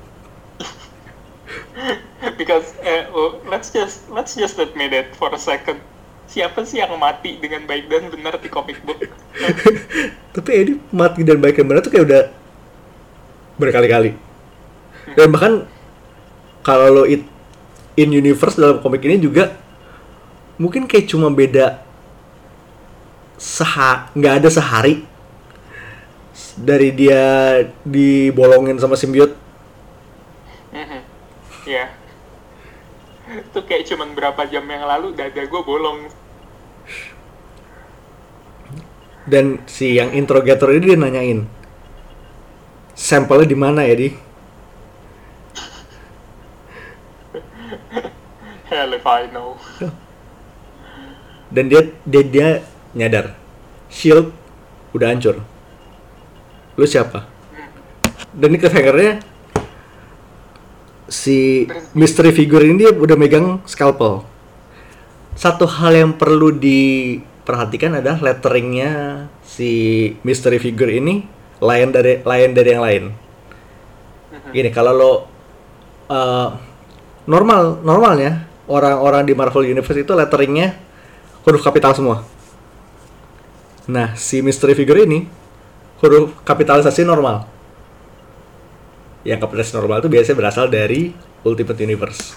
Speaker 2: Because eh, oh, let's just let's just admit it for a second. Siapa sih yang mati dengan baik dan benar di comic book?
Speaker 1: Tapi Eddie mati dan baik dan benar tuh kayak udah berkali-kali. Dan bahkan kalau lo it in universe dalam komik ini juga mungkin kayak cuma beda seha nggak ada sehari dari dia dibolongin sama simbiot.
Speaker 2: Mhm. Ya. Itu kayak cuman berapa jam yang lalu dada gue bolong.
Speaker 1: Dan si yang interrogator ini dia nanyain, sampelnya di mana ya, Di?
Speaker 2: Hell if I know.
Speaker 1: Dan dia dia dia nyadar, Shield udah hancur. Lu siapa? Dan ini cliffhanger-nya si mystery figure ini dia udah megang scalpel. Satu hal yang perlu diperhatikan adalah letteringnya si mystery figure ini lain dari lain dari yang lain. Gini, kalau lo uh, normal normalnya orang-orang di Marvel Universe itu letteringnya huruf kapital semua. Nah, si mystery figure ini huruf kapitalisasi normal. Yang kapitalisasi normal itu biasanya berasal dari Ultimate Universe.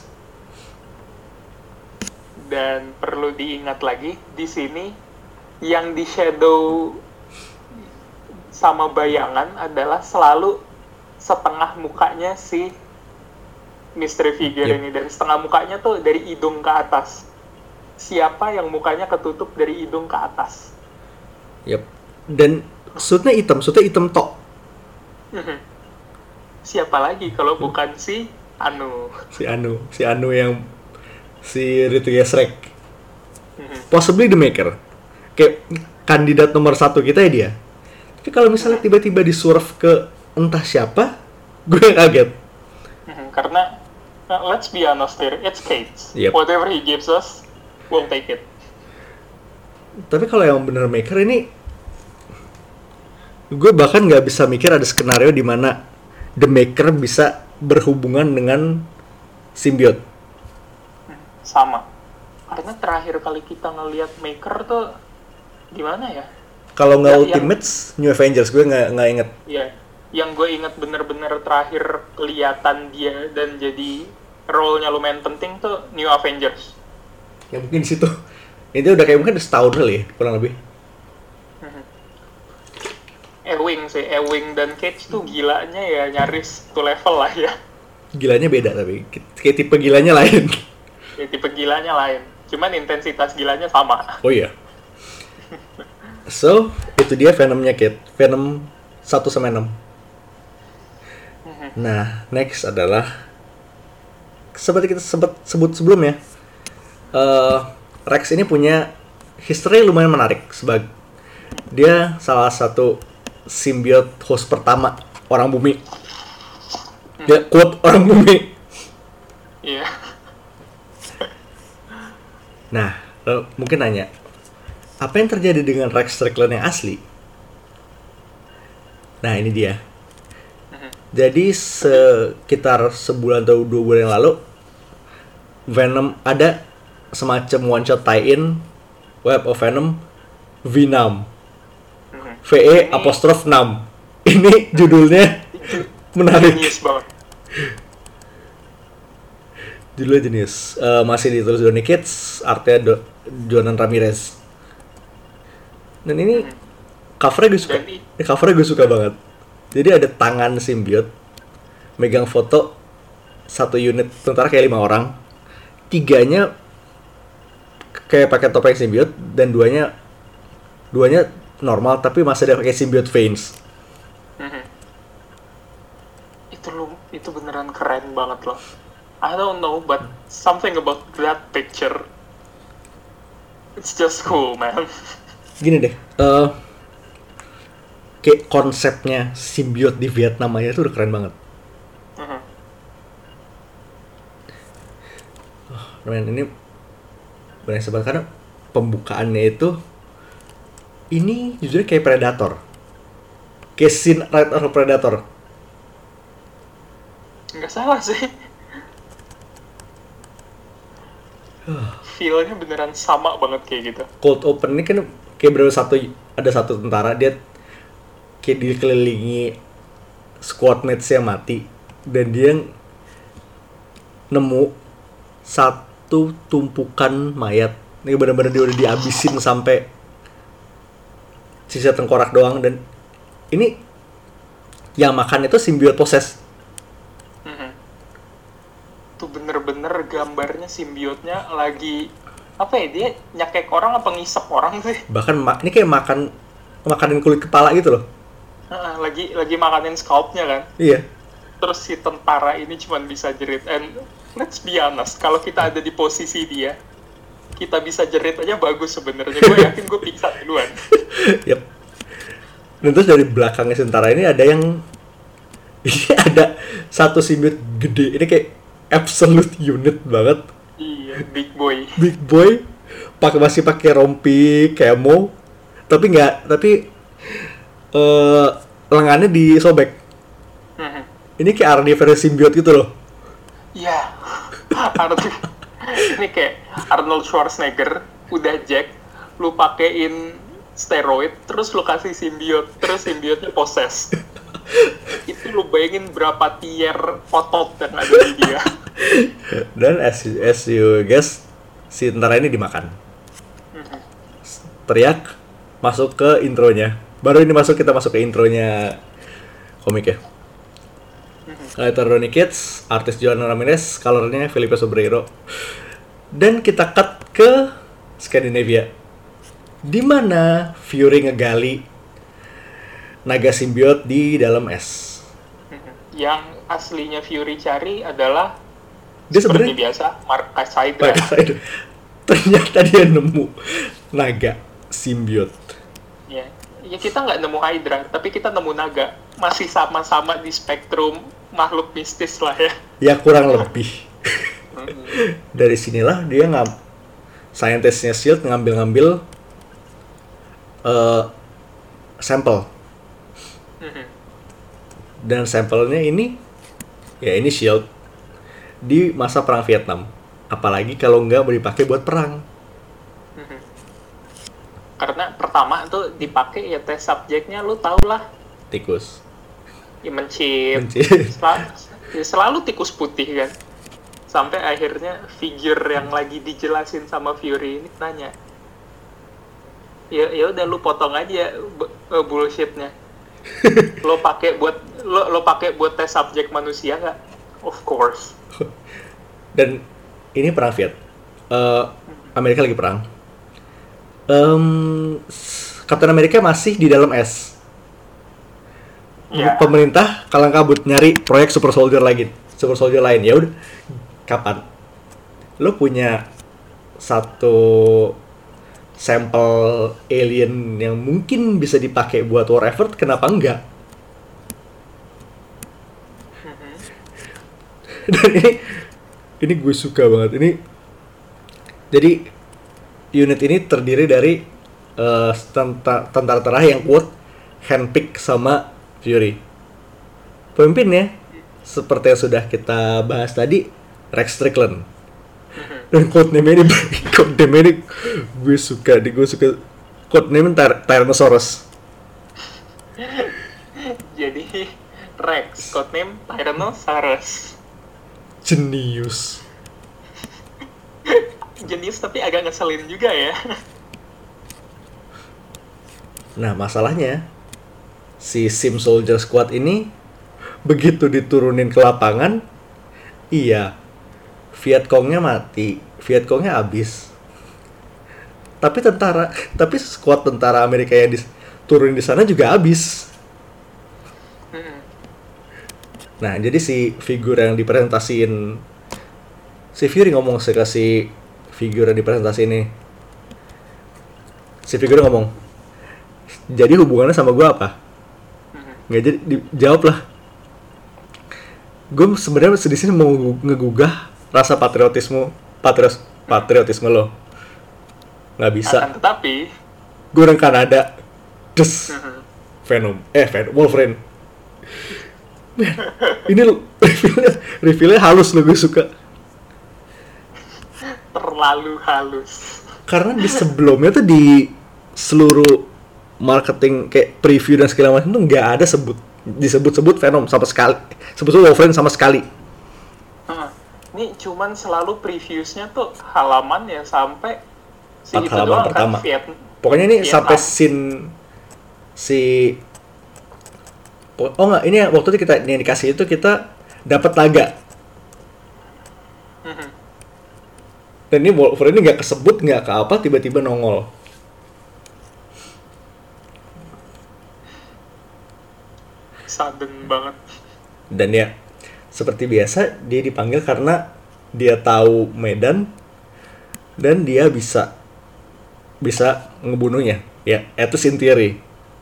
Speaker 2: Dan perlu diingat lagi di sini yang di shadow sama bayangan adalah selalu setengah mukanya si mystery figure
Speaker 1: Yep.
Speaker 2: ini, dan setengah mukanya tuh dari hidung ke atas. Siapa yang mukanya ketutup dari hidung ke atas?
Speaker 1: Yep. Dan suitnya hitam, suitnya hitam tok.
Speaker 2: Siapa lagi kalau bukan si Anu?
Speaker 1: Si Anu, si Anu yang si Ritsuya Shrek. Possibly the maker. Kayak kandidat nomor satu kita ya dia. Tapi kalau misalnya tiba-tiba di-swerve ke entah siapa, gue kaget.
Speaker 2: Karena uh, let's be honest here, it's Cage.
Speaker 1: Yep.
Speaker 2: Whatever he gives us, we'll take it.
Speaker 1: Tapi kalau yang bener maker ini, gue bahkan nggak bisa mikir ada skenario di mana the maker bisa berhubungan dengan symbiote.
Speaker 2: Sama. Karena terakhir kali kita ngelihat maker tuh gimana ya?
Speaker 1: Kalau nggak
Speaker 2: Ya,
Speaker 1: Ultimates, New Avengers, gue nggak nggak inget.
Speaker 2: Ya, yang gue inget bener-bener terakhir kelihatan dia dan jadi role-nya lumayan penting tuh New Avengers.
Speaker 1: Ya mungkin di situ. Itu udah kayak mungkin udah setahun kali ya, kurang lebih.
Speaker 2: Ewing sih, Ewing dan Cage tuh gilanya ya nyaris to level lah ya.
Speaker 1: Gilanya beda tapi, kayak tipe gilanya lain.
Speaker 2: Ya tipe gilanya lain, cuman intensitas gilanya sama.
Speaker 1: Oh iya. So, itu dia Venomnya Kate. Venom satu sampai enam. Nah, next adalah seperti kita sempat sebut sebelumnya. Uh, Rex ini punya history lumayan menarik sebagai dia salah satu symbiote host pertama orang bumi. Ya, quote orang bumi.
Speaker 2: Iya.
Speaker 1: Nah, lo mungkin nanya, apa yang terjadi dengan Rex Strickland yang asli? Nah, ini dia. Jadi sekitar sebulan atau dua bulan yang lalu, Venom ada semacam one shot tie-in Web of Venom Venom. V E apostrof enam. Ini judulnya menarik.
Speaker 2: Genius banget.
Speaker 1: Judulnya jenius. Uh, masih ditulis Donny Cates, artnya Do- Jonan Ramirez. Dan ini covernya gue suka.
Speaker 2: Dan i-
Speaker 1: Ini covernya gue suka banget. Jadi ada tangan symbiote megang foto satu unit tentara kayak lima orang. Tiganya kayak pakai topeng symbiote dan duanya duanya normal tapi masih ada pakai symbiote veins.
Speaker 2: Itu lu, itu beneran keren banget loh. I don't know, but something about that picture, it's just cool, man.
Speaker 1: Gini deh, uh, kayak konsepnya symbiote di Vietnam aja tuh udah keren banget.
Speaker 2: Mhm.
Speaker 1: Oh, men, ini banyak sebab karena pembukaannya itu ini jujur kayak Predator, kayak scene right of Predator.
Speaker 2: Nggak salah sih. Feel-nya beneran sama banget kayak gitu.
Speaker 1: Cold open ini kan kayak bener satu ada satu tentara dia kayak dikelilingi squad mates-nya mati dan dia nemu satu tumpukan mayat. Ini benar-benar dia udah dihabisin sampai sisa tengkorak doang dan ini yang makan itu symbiote possess.
Speaker 2: Mhm. tuh bener-bener gambarnya simbiotnya lagi apa ya, dia nyakek orang apa ngisep orang sih?
Speaker 1: Bahkan ma- ini kayak makan makanin kulit kepala gitu loh.
Speaker 2: Heeh, lagi lagi makanin scalpnya kan.
Speaker 1: Iya.
Speaker 2: Terus si tentara ini cuma bisa jerit. And let's be honest, kalau kita ada di posisi dia, kita bisa jerit aja bagus sebenarnya. Gue yakin gue pingsan duluan.
Speaker 1: Yep. Dan terus dari belakangnya tentara ini ada yang ini ada satu simbiot gede. Ini kayak absolute unit banget.
Speaker 2: Iya, big boy.
Speaker 1: Big boy pakai masih pakai rompi camo, tapi nggak tapi uh, lengannya disobek.
Speaker 2: Mhm.
Speaker 1: Ini kayak Arnie versi simbiot gitu loh.
Speaker 2: Iya. Arnold ini kayak Arnold Schwarzenegger udah jack, lu pakein steroid, terus lu kasih simbiot, terus simbiotnya possess. Itu lu bayangin berapa tier otot yang ada di dia.
Speaker 1: Dan as, as you guess, si tentara ini dimakan. Teriak, masuk ke intronya. Baru ini masuk kita masuk ke intronya komik ya. Creator Ronnie Kitts, artis Joan Ramirez, colornya Felipe Sobreiro. Dan kita cut ke Skandinavia, di mana Fury ngegali naga simbiot di dalam es.
Speaker 2: Yang aslinya Fury cari adalah
Speaker 1: Dia
Speaker 2: seperti
Speaker 1: sebenarnya
Speaker 2: biasa Marcus Hydra.
Speaker 1: Marcus Hydra. Ternyata dia nemu naga simbiot.
Speaker 2: Ya, ya kita nggak nemu Hydra, tapi kita nemu naga. Masih sama-sama di spektrum makhluk mistis lah ya.
Speaker 1: Ya kurang lebih. Dari sinilah dia ngam scientistnya Shield ngambil-ngambil uh, sampel. Dan sampelnya ini ya ini Shield di masa perang Vietnam. Apalagi kalau nggak mau dipakai buat perang.
Speaker 2: Karena pertama tuh dipakai ya tes subjeknya lu tau lah,
Speaker 1: Tikus.
Speaker 2: ya mencip,
Speaker 1: Mencip.
Speaker 2: Sel- ya selalu tikus putih kan. Sampai akhirnya figure yang lagi dijelasin sama Fury ini nanya, ya ya udah lu potong aja bu- uh, bullshitnya. Lo pakai buat lo lo pakai buat tes subjek manusia nggak? Of course.
Speaker 1: Dan ini perang Viet. Uh, Amerika lagi perang. Um, Captain America masih di dalam es.
Speaker 2: Ya.
Speaker 1: Pemerintah kalang kabut nyari proyek super soldier lagi, super soldier lain. Ya udah, kapan? Lo punya satu sampel alien yang mungkin bisa dipakai buat war effort, kenapa enggak? Dan ini, ini gue suka banget. Ini, jadi unit ini terdiri dari uh, tenta- tentara-tentara yang kuat, handpick sama Fury. Pemimpinnya seperti yang sudah kita bahas tadi, Rex Strickland. Dan codename ini, codename ini gue suka, di gue suka codename Tyr- Tyrannosaurus.
Speaker 2: Jadi Rex, codename Tyrannosaurus.
Speaker 1: Jenius.
Speaker 2: Jenius tapi agak ngeselin juga ya.
Speaker 1: Nah masalahnya si Sim Soldier Squad ini begitu diturunin ke lapangan, iya, Vietcongnya mati, Vietcongnya habis. Tapi tentara, tapi squad tentara Amerika yang diturunin di sana juga habis. Nah, jadi si figur yang dipresentasiin, si Fury ngomong sih ke si figur yang dipresentasi ini. Si figur ngomong, jadi hubungannya sama gue apa? Nggak jadi, dijawab lah. Gue sebenarnya di sini mau ngegugah rasa patriotisme, patrios, patriotisme lo. Nggak bisa.
Speaker 2: Akan tetapi,
Speaker 1: gue orang Kanada, des, Venom, eh Venom, Wolverine. Man, ini reveal-nya, reveal-nya halus lo, gue suka.
Speaker 2: terlalu halus.
Speaker 1: Karena di sebelumnya tuh di seluruh marketing kayak preview dan segala macam tuh nggak ada sebut disebut-sebut Venom sama sekali, sebut-sebut Wolverine sama sekali.
Speaker 2: Hmm. Ini cuman selalu previewsnya tuh halaman ya sampai si
Speaker 1: Empat
Speaker 2: itu
Speaker 1: halaman
Speaker 2: doang
Speaker 1: pertama.
Speaker 2: kan Viet,
Speaker 1: Pokoknya ini
Speaker 2: Vietnam.
Speaker 1: sampai scene si oh nggak, ini waktu itu kita yang dikasih itu kita dapat naga. Dan ini Wolverine ini nggak kesebut, nggak ke apa, tiba-tiba nongol.
Speaker 2: Sudden banget.
Speaker 1: Dan ya, seperti biasa, dia dipanggil karena dia tahu medan dan dia bisa bisa ngebunuhnya. Ya, itu in theory.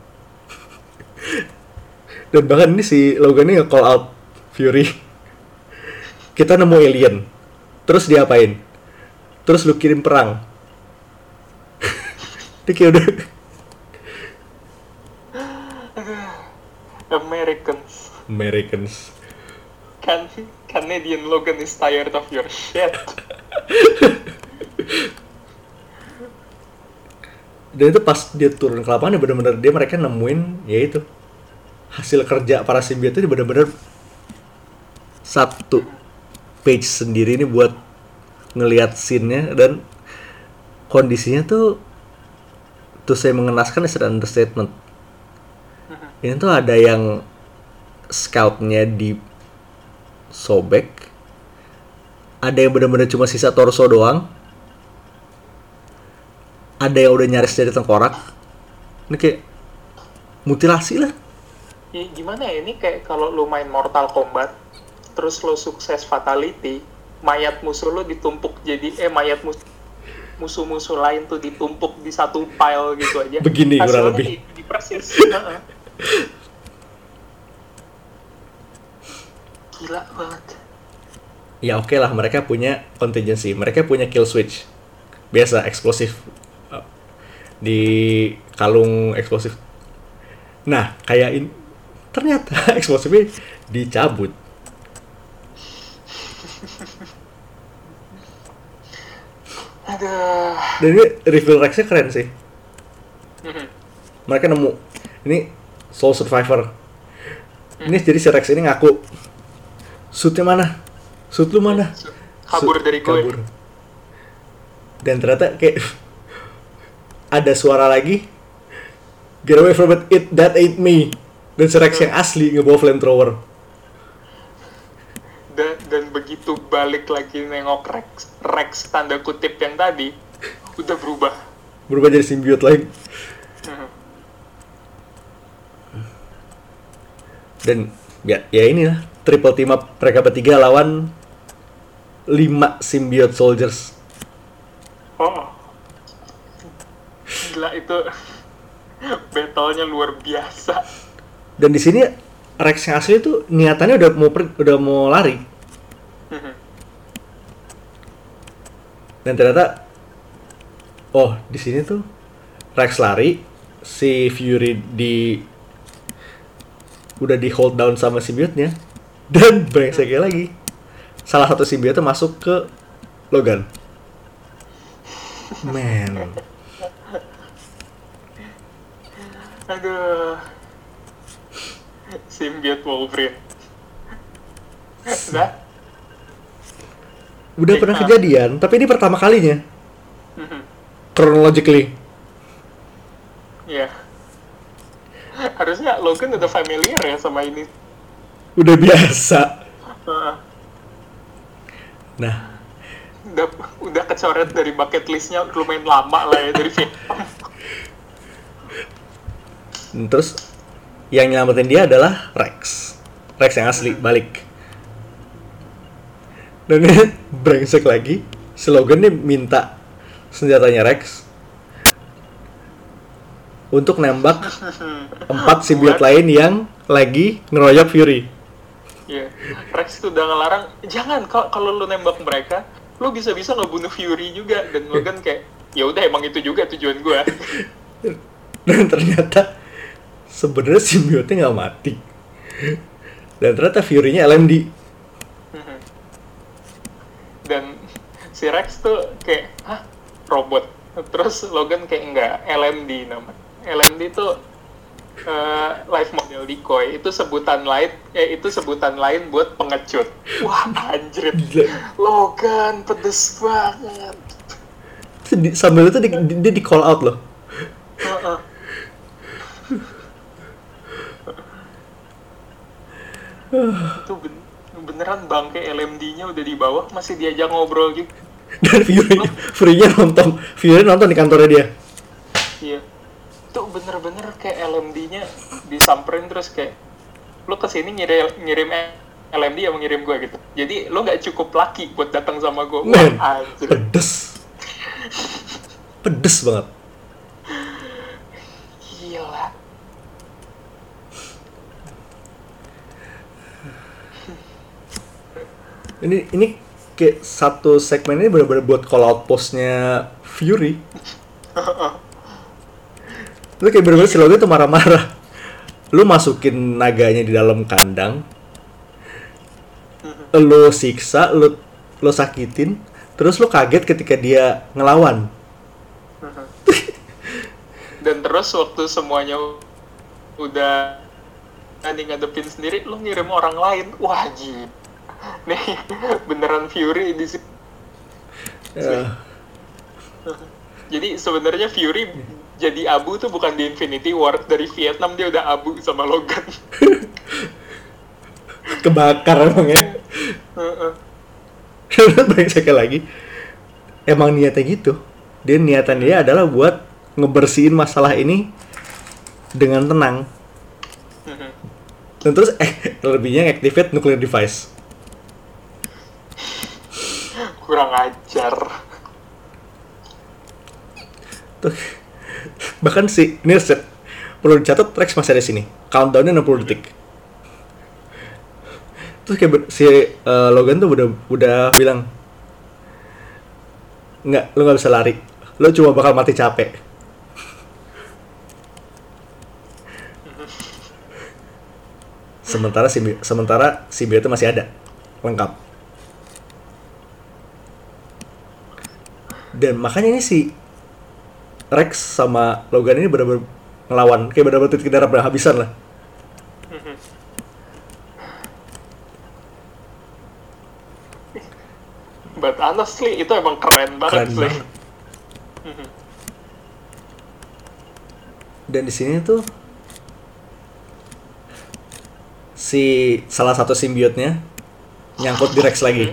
Speaker 1: Dan bahkan ini si Logan ini nge-call out Fury. Kita nemu alien. Terus diapain? Terus lu kirim perang. Dia kayak udah
Speaker 2: Americans.
Speaker 1: Americans.
Speaker 2: Can Canadian Logan is tired of your shit.
Speaker 1: Dan itu pas dia turun ke lapangan, benar-benar dia mereka nemuin ya itu hasil kerja para simbiot itu benar-benar satu page sendiri ini buat ngelihat scene-nya, dan kondisinya tuh tuh saya mengenaskan is an understatement. Ini tuh ada yang scoutnya di sobek, ada yang benar-benar cuma sisa torso doang, ada yang udah nyaris dari tengkorak. Ini kayak mutilasi lah.
Speaker 2: Ya, gimana ya, ini kayak kalau lu main Mortal Kombat terus lo sukses fatality, mayat musuh lo ditumpuk jadi eh mayat mus- musuh-musuh lain tuh ditumpuk di satu pile gitu aja.
Speaker 1: Begini kurang lebih.
Speaker 2: Di, di persis. Uh-uh. Gila banget.
Speaker 1: Ya oke okay lah, mereka punya contingency, mereka punya kill switch. Biasa eksplosif uh, di kalung eksplosif. Nah, kayak ini ternyata eksplosifnya dicabut.
Speaker 2: Aduh.
Speaker 1: Dan ini reveal Rex-nya keren sih. Mereka nemu ini Soul Survivor. Ini jadi si Rex ini ngaku, suitnya mana? Suit lu mana?
Speaker 2: Kabur
Speaker 1: Suit,
Speaker 2: dari gue.
Speaker 1: kabur. Dan ternyata kayak ada suara lagi, get away from it, it that ain't me. Dan si Rex yang asli ngebawa flamethrower.
Speaker 2: Dan, dan begitu balik lagi nengok Rex, Rex tanda kutip yang tadi, udah berubah.
Speaker 1: Berubah jadi simbiot lagi. Dan ya, ya inilah triple team up mereka bertiga lawan lima symbiote soldiers.
Speaker 2: Oh, gila itu battle-nya luar biasa.
Speaker 1: Dan di sini Rex yang asli itu niatannya udah mau per, udah mau lari. Dan ternyata oh di sini tuh Rex lari, si Fury di udah di hold down sama symbiote-nya, dan brengseknya lagi salah satu symbiote masuk ke Logan. Man.
Speaker 2: Aduh. Symbiote Wolverine. Udah?
Speaker 1: Udah pernah kejadian, tapi ini pertama kalinya. Chronologically.
Speaker 2: Iya. Yeah. Harusnya Logan udah familiar ya sama ini.
Speaker 1: Udah biasa.
Speaker 2: Uh,
Speaker 1: Nah,
Speaker 2: udah udah kecoret dari bucket listnya lumayan lama lah ya dari film.
Speaker 1: terus yang nyelamatin dia adalah Rex. Rex yang asli balik. Dan ini brengsek lagi. Si Logan nih minta senjatanya Rex untuk nembak empat symbiote lain yang lagi ngeroyok Fury.
Speaker 2: Iya, yeah. Rex tuh udah ngelarang, jangan kalau kalau lu nembak mereka, lu bisa-bisa ngebunuh Fury juga. Dan Logan kayak, ya udah emang itu juga tujuan gua.
Speaker 1: Dan ternyata sebenarnya symbiote-nya nggak mati. Dan ternyata Fury-nya L M D.
Speaker 2: Dan si Rex tuh kayak, hah? Robot. Terus Logan kayak enggak, L M D namanya. L M D tuh uh, live model decoy. Itu sebutan lain, eh itu sebutan lain buat pengecut. Wah, anjir. Logan pedes banget.
Speaker 1: Sambil itu dia, dia di call out loh.
Speaker 2: Uh-uh. Itu ben- beneran bangke L M D-nya udah di bawah, masih diajak ngobrol gitu.
Speaker 1: Dan Fury Fury-nya nonton, Fury nonton di kantornya dia.
Speaker 2: Iya. Itu bener-bener kayak L M D-nya disamperin terus kayak lu kesini ngirim ngirim L M D yang mengirim gue gitu. Jadi lu nggak cukup laki buat datang sama gue.
Speaker 1: Men,
Speaker 2: Wah, anjir.
Speaker 1: pedes. Pedes banget.
Speaker 2: Gila.
Speaker 1: Ini ini kayak satu segmen ini benar-benar buat call out post-nya Fury. Lu kayak bener-bener si Logan tuh marah-marah. Lu masukin naganya di dalam kandang, lu siksa, lu lu sakitin, terus lu kaget ketika dia ngelawan.
Speaker 2: Dan terus waktu semuanya udah nanti ngadepin sendiri, lu ngirim orang lain. Wah, gila. Nih, beneran Fury di sini.
Speaker 1: Ya.
Speaker 2: Jadi sebenarnya Fury jadi abu tuh bukan di Infinity War. Dari Vietnam dia udah abu sama Logan.
Speaker 1: Kebakar emang ya. Banyak sekali lagi. Emang niatnya gitu. Dia niatan dia adalah buat ngebersihin masalah ini dengan tenang. Dan terus eh lebihnya activate nuclear device.
Speaker 2: Kurang ajar.
Speaker 1: Tuh. Bahkan si ini set perlu dicatat, Rex masih ada sini. Countdown-nya enam puluh detik. Terus kayak ber- si uh, Logan tuh udah udah bilang, "Nggak, lu nggak bisa lari. Lu cuma bakal mati capek." Sementara si sementara simbiotnya masih ada, lengkap. Dan makanya ini si Rex sama Logan ini benar-benar ngelawan, kayak benar-benar titik darah berhabisan lah.
Speaker 2: But honestly itu emang keren banget
Speaker 1: Keren
Speaker 2: sih.
Speaker 1: banget. Dan di sini tuh si salah satu simbiotnya nyangkut di Rex lagi.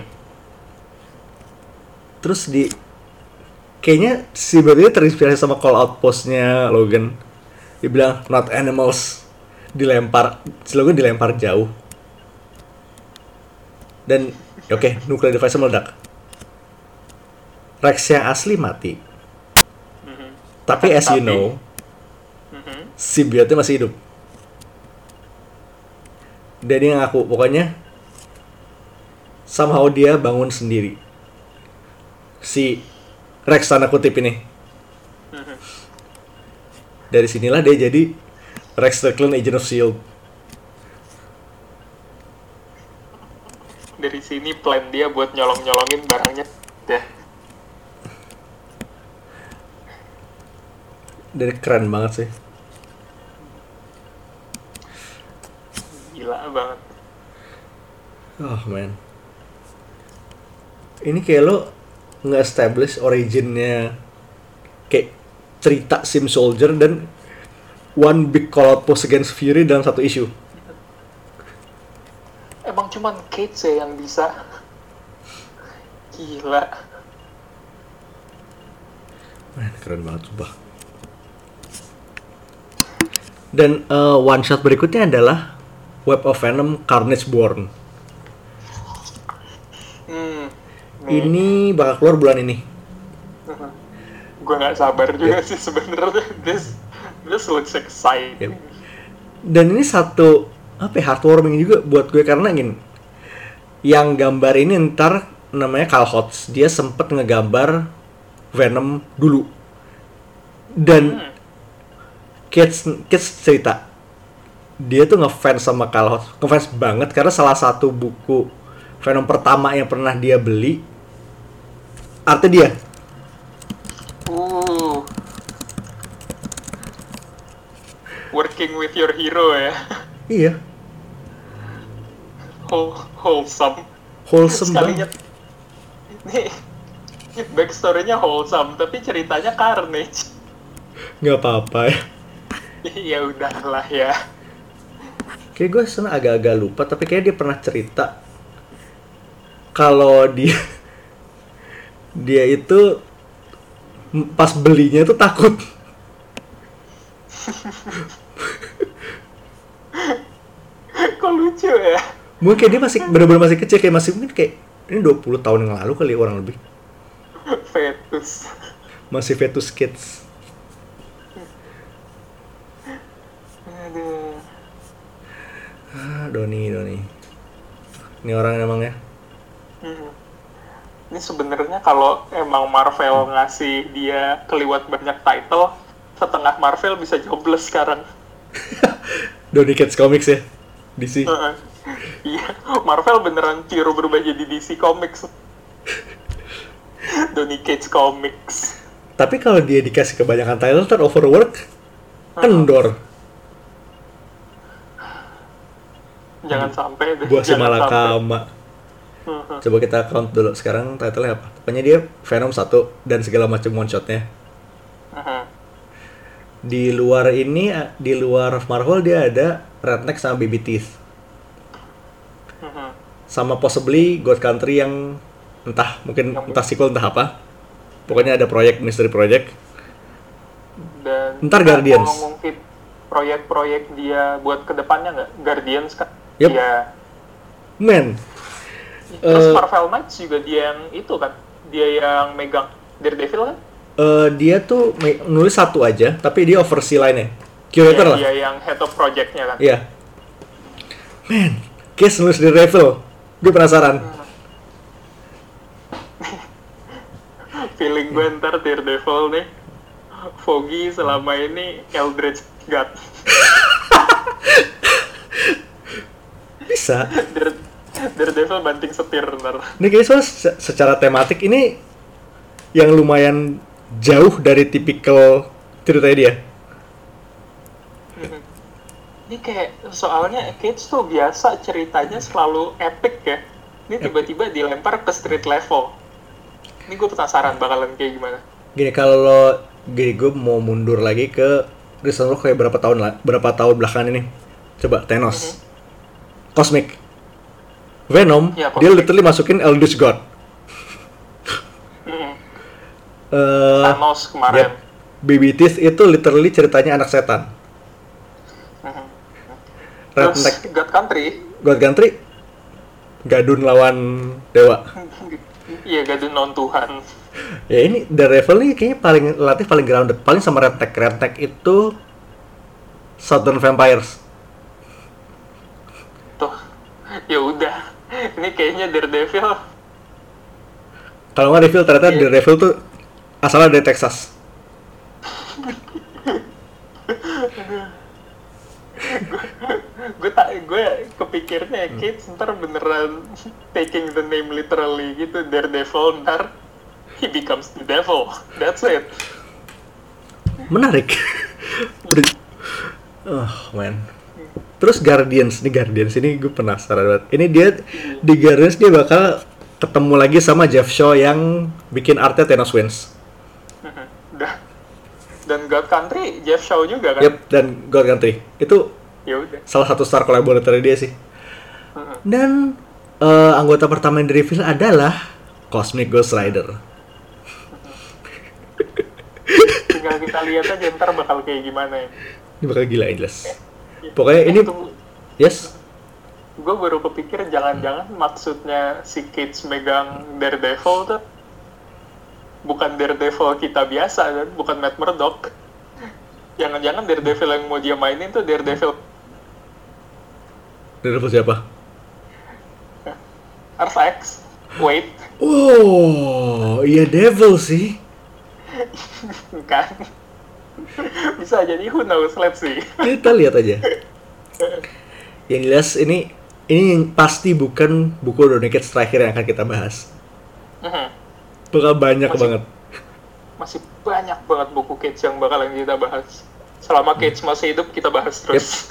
Speaker 1: Terus di kayaknya simbiotnya terinspirasi sama call out post-nya Logan. Dia bilang not animals, dilempar, si Logan dilempar jauh. Dan oke, okay, nuclear device meledak. Rex yang asli mati.
Speaker 2: Mm-hmm.
Speaker 1: Tapi as you know,
Speaker 2: mm-hmm.
Speaker 1: simbiotnya masih hidup. Dan dia ngaku, pokoknya somehow dia bangun sendiri. Si Rex tanda kutip ini.
Speaker 2: Mm-hmm.
Speaker 1: Dari sinilah dia jadi Rex Strickland, Agent of S H I E L D.
Speaker 2: Dari sini plan dia buat nyolong-nyolongin barangnya deh.
Speaker 1: Dan keren banget sih.
Speaker 2: Gila banget.
Speaker 1: Oh man. Ini kayak lo nge-establish originnya kayak cerita Sim Soldier dan one big call out post against Fury dalam satu issue.
Speaker 2: Emang cuman Kate sih yang bisa. Gila.
Speaker 1: Man, keren banget sumpah. Dan uh, one shot berikutnya adalah Web of Venom Carnage Born.
Speaker 2: Hmm.
Speaker 1: Ini bakal keluar bulan ini.
Speaker 2: Gue nggak sabar juga
Speaker 1: Yeah.
Speaker 2: sih sebenarnya. This this looks exciting.
Speaker 1: Yep. Dan ini satu apa ya, heartwarming juga buat gue karena gini. Yang gambar ini ntar namanya Cal Hotz. Dia sempet ngegambar Venom dulu. Dan
Speaker 2: Hmm.
Speaker 1: Kids, Kids cerita dia tuh ngefans sama Cal Hotz, ngefans banget karena salah satu buku Venom pertama yang pernah dia beli artnya dia.
Speaker 2: Uh. Working with your hero ya.
Speaker 1: Iya,
Speaker 2: Whole, wholesome.
Speaker 1: wholesome
Speaker 2: Sekalinya
Speaker 1: banget.
Speaker 2: nih backstory-nya wholesome tapi ceritanya carnage.
Speaker 1: Nggak apa-apa ya.
Speaker 2: Ya udahlah ya.
Speaker 1: Kayak gue sana agak-agak lupa, tapi kayak dia pernah cerita kalau dia dia itu m- pas belinya tuh takut.
Speaker 2: Kok lucu ya?
Speaker 1: Mungkin dia masih benar-benar masih kecil, kayak masih mungkin kayak ini dua puluh tahun yang lalu kali orang lebih.
Speaker 2: Fetus.
Speaker 1: Masih fetus kids.
Speaker 2: Aduh.
Speaker 1: Ah, Doni, Doni. Ini orang emang ya.
Speaker 2: Hmm. Ini sebenarnya kalau emang Marvel ngasih dia keliwat banyak title, setengah Marvel bisa jobless sekarang.
Speaker 1: Doni Kids Comics ya. D C.
Speaker 2: Heeh. Iya, Marvel beneran pure berubah jadi D C Comics. Donny Cates Comics.
Speaker 1: Tapi kalau dia dikasih kebanyakan title ntar overwork, kendor.
Speaker 2: Jangan sampai deh.
Speaker 1: Buah si
Speaker 2: jangan
Speaker 1: malakama.
Speaker 2: sampai.
Speaker 1: Coba kita count dulu sekarang title-nya apa? Pokoknya dia Venom satu dan segala macam one shot-nya.
Speaker 2: Mhm.
Speaker 1: Di luar ini, di luar Marvel dia ada Redneck sama Baby Teeth.
Speaker 2: Mhm.
Speaker 1: Sama possibly God Country yang entah mungkin
Speaker 2: Yang-
Speaker 1: entah sequel entah apa. Pokoknya ada proyek mystery project.
Speaker 2: Dan
Speaker 1: Ntar
Speaker 2: kita
Speaker 1: Guardians.
Speaker 2: mau ngungkit proyek-proyek dia buat kedepannya nggak? Guardians kan?
Speaker 1: Yup.
Speaker 2: Iya.
Speaker 1: Man,
Speaker 2: Terus
Speaker 1: Eh,
Speaker 2: Marvel Knights juga dia yang itu kan? Dia yang megang Daredevil kan?
Speaker 1: eh, dia tuh me- nulis satu aja, tapi dia oversee lainnya. Curator
Speaker 2: Iya,
Speaker 1: lah.
Speaker 2: dia yang head of project-nya kan?
Speaker 1: Iya. Man, Case nulis di Revel. Gue penasaran.
Speaker 2: Feeling gue ntar Daredevil nih, Foggy selama ini Eldritch God.
Speaker 1: Bisa.
Speaker 2: Dare- Daredevil banting setir ntar.
Speaker 1: Ini kayaknya soal se- secara tematik ini yang lumayan jauh dari tipikal ceritanya dia.
Speaker 2: Ini kayak soalnya Cage tuh biasa ceritanya selalu epic ya. Ini tiba-tiba dilempar ke street level. Ini gue penasaran bakalan kayak gimana.
Speaker 1: Gini, kalau gini gue mau mundur lagi ke recent work kayak berapa tahun lah, berapa tahun belakangan ini. Coba Thanos. Cosmic. Venom,
Speaker 2: Ya,
Speaker 1: dia
Speaker 2: Cosmic.
Speaker 1: literally masukin Eldritch God.
Speaker 2: Mm-mm.
Speaker 1: Eh,
Speaker 2: Thanos kemarin.
Speaker 1: yep. Baby Teeth itu literally ceritanya anak setan.
Speaker 2: Mhm.
Speaker 1: Redneck
Speaker 2: Terus God Country,
Speaker 1: God Country, Gadun lawan Dewa.
Speaker 2: iya gadun non Tuhan.
Speaker 1: Ya ini Daredevil nih kayaknya paling relatif paling grounded, paling sama Redneck. Redneck itu Southern Vampires.
Speaker 2: Tuh, ya udah. Ini kayaknya Daredevil.
Speaker 1: Kalau nggak Devil ternyata
Speaker 2: Iya.
Speaker 1: Daredevil tuh asalnya dari Texas.
Speaker 2: gue tak gue kepikirnya Cage ntar beneran taking the name literally gitu. Daredevil ntar he becomes the devil. That's it.
Speaker 1: Menarik. Ber- oh man. Terus Guardians, nih Guardians ini gue penasaran banget. Ini dia di Guardians dia bakal ketemu lagi sama Jeff Shaw yang bikin artnya Thanos Wins.
Speaker 2: Dan dan God Country Jeff Shaw juga kan?
Speaker 1: Yep, dan God Country. Itu
Speaker 2: Ya udah.
Speaker 1: salah satu star collaborator dia sih. Dan eh, anggota pertama yang di-reveal adalah Cosmic Ghost Rider.
Speaker 2: Tinggal kita lihat aja ntar bakal kayak gimana ya.
Speaker 1: Ini bakal gila yang jelas. Pokoknya ini yes.
Speaker 2: Gue baru kepikir jangan-jangan maksudnya si Cage megang Daredevil tuh bukan Daredevil kita biasa kan, bukan Matt Murdock. Jangan-jangan Daredevil yang mau dia mainin tuh Daredevil
Speaker 1: Daredevil siapa?
Speaker 2: Earth X. Wait,
Speaker 1: Oh, iya Devil sih.
Speaker 2: kan? Bisa jadi who knows, let's see.
Speaker 1: Kita lihat aja. Yang jelas ini ini pasti bukan buku Donny Cates terakhir yang akan kita bahas.
Speaker 2: Mhm.
Speaker 1: Bakal banyak
Speaker 2: Masih-
Speaker 1: banget.
Speaker 2: Masih banyak banget buku Cage yang bakalan kita bahas. Selama Cage masih hidup kita bahas terus.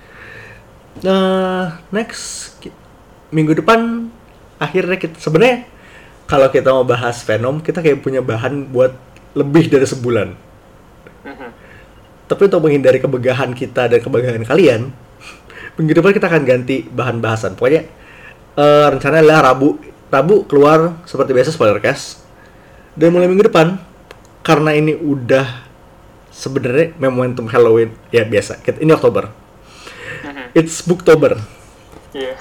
Speaker 1: Nah, next ki- minggu depan akhirnya kita sebenarnya kalau kita mau bahas Venom, kita kayak punya bahan buat lebih dari sebulan.
Speaker 2: Mhm.
Speaker 1: Tapi untuk menghindari kebegahan kita dan kebegahan kalian, minggu depan kita akan ganti bahan bahasan. Pokoknya eh, rencananya adalah Rabu, Rabu keluar seperti biasa Spoilercast. Dan mulai minggu depan, karena ini udah sebenarnya momentum Halloween, ya biasa. Ini Oktober. It's Booktober.
Speaker 2: Iya.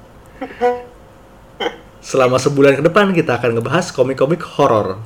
Speaker 1: Selama sebulan ke depan kita akan ngebahas komik-komik horor.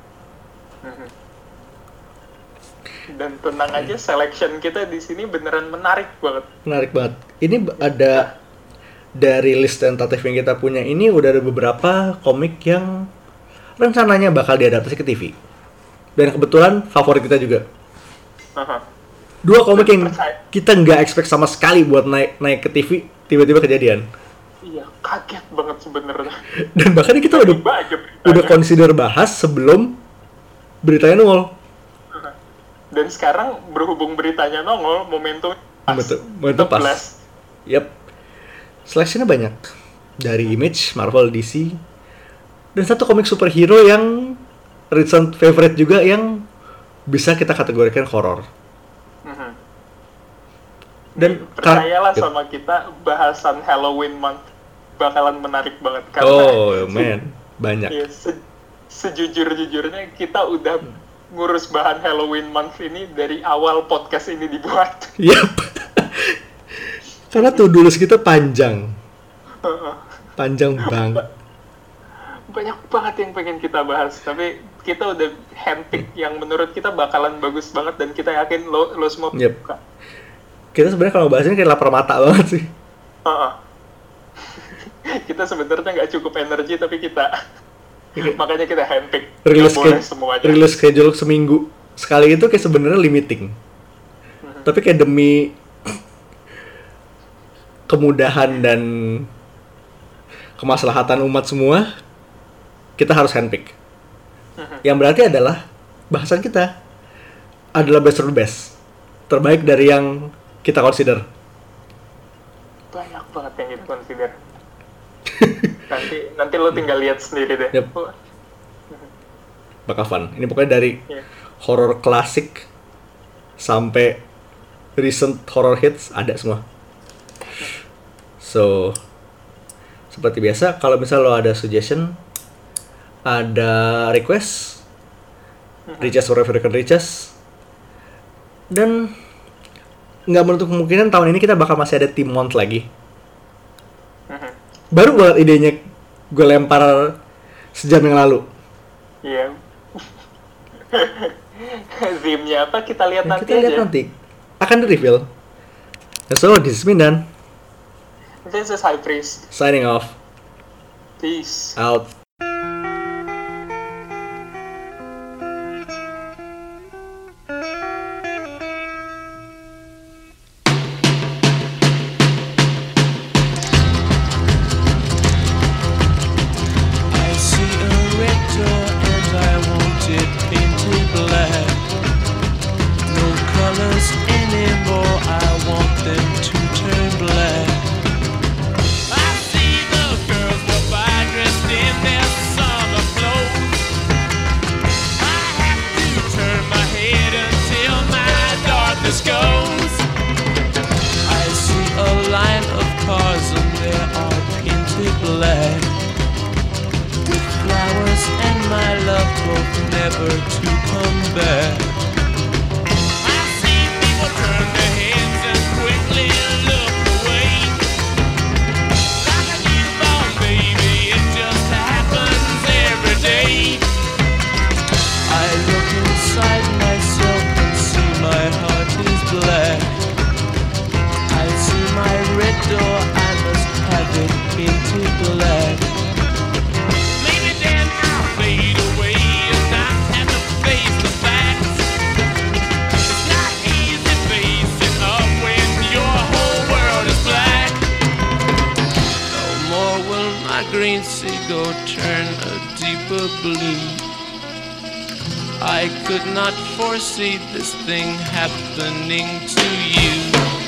Speaker 2: Dan tenang aja, selection kita di sini beneran menarik banget.
Speaker 1: Menarik banget. Ini ada dari list tentatif yang kita punya ini udah ada beberapa komik yang rencananya bakal diadaptasi ke T V. Dan kebetulan favorit kita juga.
Speaker 2: Uh-huh.
Speaker 1: Dua komik yang kita nggak expect sama sekali buat naik naik ke T V, tiba-tiba kejadian.
Speaker 2: Iya, kaget banget sebenarnya.
Speaker 1: Dan bahkan kita udah udah consider bahas sebelum beritanya nongol.
Speaker 2: Dan sekarang berhubung beritanya nongol, momentum pas.
Speaker 1: Betul, momentum pas. Yap. Seleksinya banyak. Dari Image, Marvel, D C. Dan satu komik superhero yang recent favorite juga yang bisa kita kategorikan horor.
Speaker 2: Mm-hmm.
Speaker 1: Dan
Speaker 2: percayalah
Speaker 1: ka-
Speaker 2: sama kita, bahasan Halloween month bakalan menarik banget. Karena
Speaker 1: oh man, banyak.
Speaker 2: Ya, se- sejujur-jujurnya kita udah ngurus bahan Halloween month ini dari awal podcast ini dibuat.
Speaker 1: Yap. Karena to do list kita panjang. Panjang banget.
Speaker 2: Banyak banget yang pengen kita bahas, tapi kita udah handpick hmm. yang menurut kita bakalan bagus banget dan kita yakin lo lo semua
Speaker 1: yep.
Speaker 2: buka.
Speaker 1: Kita sebenarnya kalau bahasnya kayak lapar mata banget sih.
Speaker 2: Uh-uh. Kita sebenarnya nggak cukup energi tapi kita makanya kita handpick.
Speaker 1: Rilis ke- rilis schedule seminggu sekali itu kayak sebenarnya limiting. Uh-huh. Tapi kayak demi kemudahan dan kemaslahatan umat semua, kita harus handpick. Uh-huh. Yang berarti adalah bahasan kita adalah best of the best, terbaik dari yang kita consider.
Speaker 2: Banyak banget yang kita consider. nanti nanti lo tinggal lihat sendiri deh.
Speaker 1: Yep. Bakal fun. Ini pokoknya dari yeah. horror klasik sampai recent horror hits ada semua. So seperti biasa, kalau misal lo ada suggestion, ada request, mm-hmm. reach us wherever you can reach us. Dan nggak menutup kemungkinan tahun ini kita bakal masih ada team month lagi. Mm-hmm. Baru banget idenya gue lempar sejam yang lalu.
Speaker 2: Iya. Theme-nya apa kita lihat
Speaker 1: nah,
Speaker 2: nanti
Speaker 1: kita
Speaker 2: aja.
Speaker 1: Lihat nanti. Akan di-reveal. So, this is Mindan.
Speaker 2: This is High Priest.
Speaker 1: Signing off.
Speaker 2: Peace.
Speaker 1: Out.
Speaker 3: Never to come back. I see people turn their heads and quickly look away. Like a newborn baby, it just happens every day. I look inside myself and see my heart is black. I see my red door, I must have it painted black. Maybe then I'll fade away. Green seagull turn a deeper blue. I could not foresee this thing happening to you.